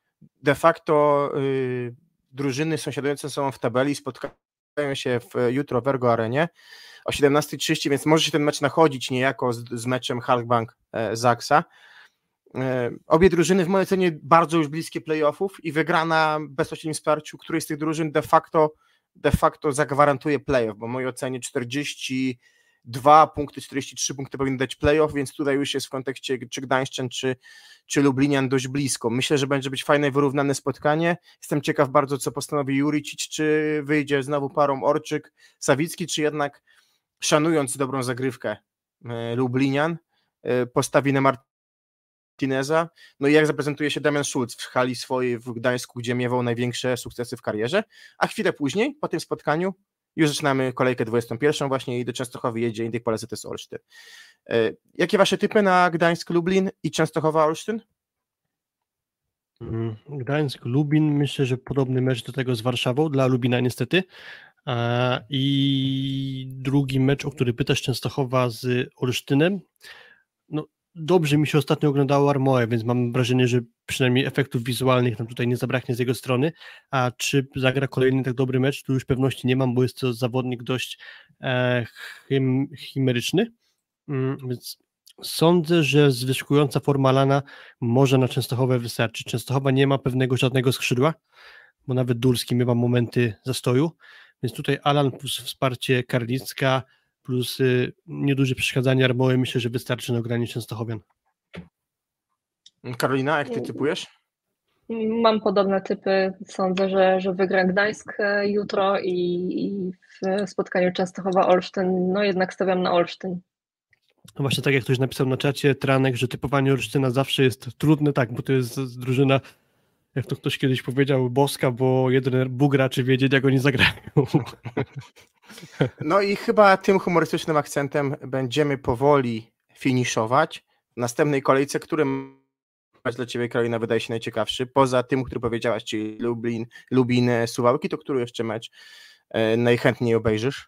de facto drużyny sąsiadujące ze sobą w tabeli spotkają się jutro w Ergo Arenie o 17:30, więc może się ten mecz nachodzić niejako z meczem Halkbank Zaksa. Obie drużyny w mojej ocenie bardzo już bliskie playoffów i wygrana w bezpośrednim wsparciu którejś z tych drużyn de facto zagwarantuje playoff, bo w mojej ocenie 42 punkty, 43 punkty powinny dać playoff, więc tutaj już jest w kontekście czy Gdańszczan, czy Lublinian dość blisko. Myślę, że będzie być fajne, wyrównane spotkanie. Jestem ciekaw bardzo, co postanowi Juricic, czy wyjdzie znowu parą Orczyk-Sawicki, czy jednak szanując dobrą zagrywkę Lublinian, postawi na Martineza. No i jak zaprezentuje się Damian Schulz w hali swojej w Gdańsku, gdzie miewał największe sukcesy w karierze, a chwilę później, po tym spotkaniu, już zaczynamy kolejkę 21 właśnie i do Częstochowy jedzie Indyk Palacetes Olsztyn. Jakie wasze typy na Gdańsk-Lublin i Częstochowa-Olsztyn? Gdańsk-Lubin, myślę, że podobny mecz do tego z Warszawą, dla Lubina niestety. I drugi mecz, o który pytasz, Częstochowa z Olsztynem. No, dobrze mi się ostatnio oglądało Armoę, więc mam wrażenie, że przynajmniej efektów wizualnych nam tutaj nie zabraknie z jego strony, a czy zagra kolejny tak dobry mecz, tu już pewności nie mam, bo jest to zawodnik dość chimeryczny, więc sądzę, że zwyżkująca forma Lana może na Częstochowę wystarczy. Częstochowa nie ma pewnego żadnego skrzydła, bo nawet Dulski miewa momenty zastoju, więc tutaj Alan plus wsparcie Karlicka plus nieduże przeszkadzanie Armoły, myślę, że wystarczy na granie Częstochowian. Karolina, jak ty typujesz? Mam podobne typy. Sądzę, że wygra Gdańsk jutro i w spotkaniu Częstochowa-Olsztyn, no jednak stawiam na Olsztyn. No właśnie tak jak ktoś napisał na czacie, Tranek, że typowanie Olsztyna zawsze jest trudne, tak, bo to jest drużyna, jak to ktoś kiedyś powiedział, boska, bo jeden Bóg graczy wiedzieć, jak oni zagrają. No i chyba tym humorystycznym akcentem będziemy powoli finiszować. W następnej kolejce, który mecz dla ciebie, Karolina, wydaje się najciekawszy? Poza tym, który powiedziałaś, czyli Lubin, Suwałki, to który jeszcze mecz najchętniej obejrzysz?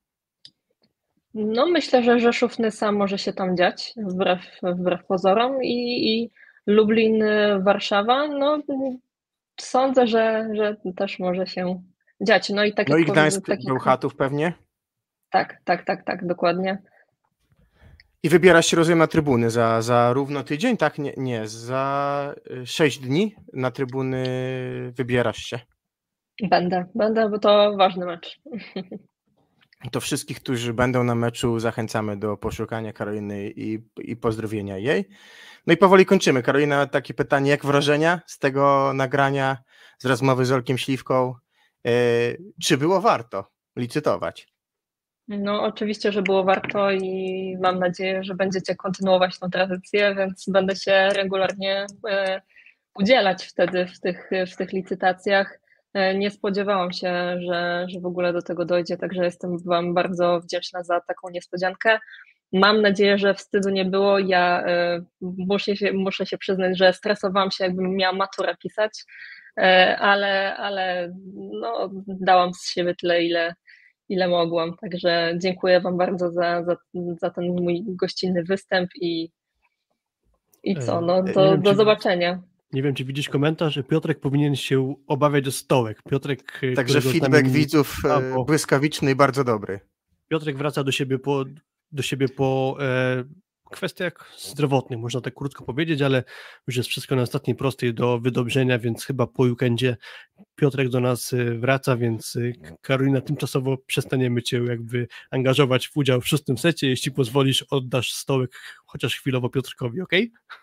No myślę, że Rzeszów-Nysa może się tam dziać, wbrew pozorom i Lublin-Warszawa, no sądzę, że też może się dziać. No i tak No jak i Gdańsk, tak jak... Bełchatów pewnie? Tak, dokładnie. I wybierasz się, rozumiem, na trybuny za równo tydzień? Tak, nie, za 6 dni na trybuny wybierasz się. Będę, bo to ważny mecz. To wszystkich, którzy będą na meczu, zachęcamy do poszukania Karoliny i pozdrowienia jej. No i powoli kończymy. Karolina, takie pytanie, jak wrażenia z tego nagrania, z rozmowy z Olkiem Śliwką? Czy było warto licytować? No oczywiście, że było warto i mam nadzieję, że będziecie kontynuować tą tradycję, więc będę się regularnie udzielać wtedy w tych licytacjach. Nie spodziewałam się, że w ogóle do tego dojdzie, także jestem wam bardzo wdzięczna za taką niespodziankę. Mam nadzieję, że wstydu nie było. Ja muszę się przyznać, że stresowałam się, jakbym miała maturę pisać, ale no, dałam z siebie tyle, ile mogłam. Także dziękuję wam bardzo za ten mój gościnny występ i co, no do zobaczenia. Nie wiem, czy widzisz komentarz, że Piotrek powinien się obawiać o stołek. Piotrek, także feedback widzów błyskawiczny i bardzo dobry. Piotrek wraca do siebie po kwestiach zdrowotnych, można tak krótko powiedzieć, ale już jest wszystko na ostatniej prostej do wydobrzenia, więc chyba po weekendzie Piotrek do nas wraca, więc Karolina, tymczasowo przestaniemy cię jakby angażować w udział w 6. secie. Jeśli pozwolisz, oddasz stołek chociaż chwilowo Piotrkowi, ok?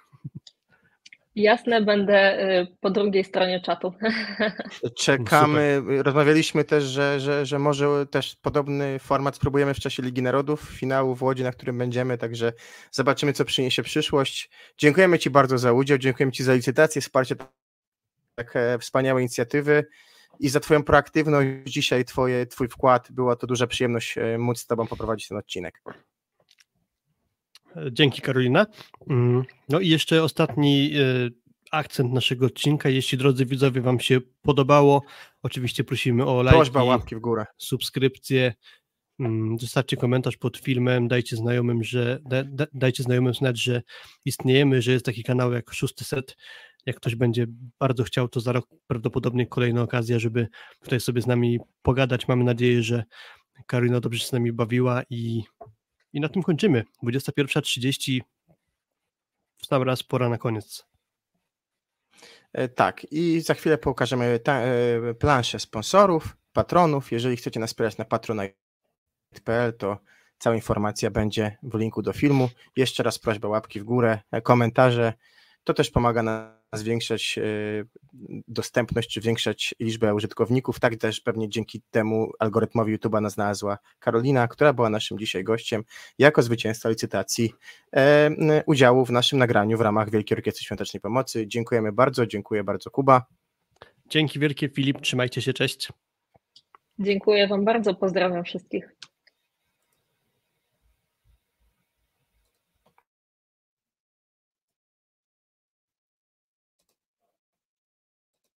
Jasne, będę po drugiej stronie czatu. Czekamy, rozmawialiśmy też, że może też podobny format spróbujemy w czasie Ligi Narodów, finału w Łodzi, na którym będziemy, także zobaczymy, co przyniesie przyszłość. Dziękujemy ci bardzo za udział, dziękujemy ci za licytację, wsparcie tak wspaniałej inicjatywy i za twoją proaktywność dzisiaj, twój wkład. Była to duża przyjemność móc z tobą poprowadzić ten odcinek. Dzięki, Karolina. No i jeszcze ostatni akcent naszego odcinka. Jeśli, drodzy widzowie, wam się podobało, oczywiście prosimy o lajki, prośba, łapki w górę, subskrypcje, zostawcie komentarz pod filmem, dajcie znajomym znać, że istniejemy, że jest taki kanał jak 6. set. Jak ktoś będzie bardzo chciał, to za rok prawdopodobnie kolejna okazja, żeby tutaj sobie z nami pogadać. Mamy nadzieję, że Karolina dobrze się z nami bawiła i na tym kończymy. 21:30. W sam raz pora na koniec. Tak, i za chwilę pokażemy planszę sponsorów, patronów. Jeżeli chcecie nas wspierać na patronite.pl, to cała informacja będzie w linku do filmu. Jeszcze raz prośba, łapki w górę, komentarze. To też pomaga nam zwiększać dostępność, czy zwiększać liczbę użytkowników. Tak też pewnie dzięki temu algorytmowi YouTube'a nas znalazła Karolina, która była naszym dzisiaj gościem jako zwycięzca licytacji udziału w naszym nagraniu w ramach Wielkiej Orkiestry Świątecznej Pomocy. Dziękujemy bardzo, dziękuję bardzo, Kuba. Dzięki wielkie, Filip, trzymajcie się, cześć. Dziękuję Wam bardzo, pozdrawiam wszystkich.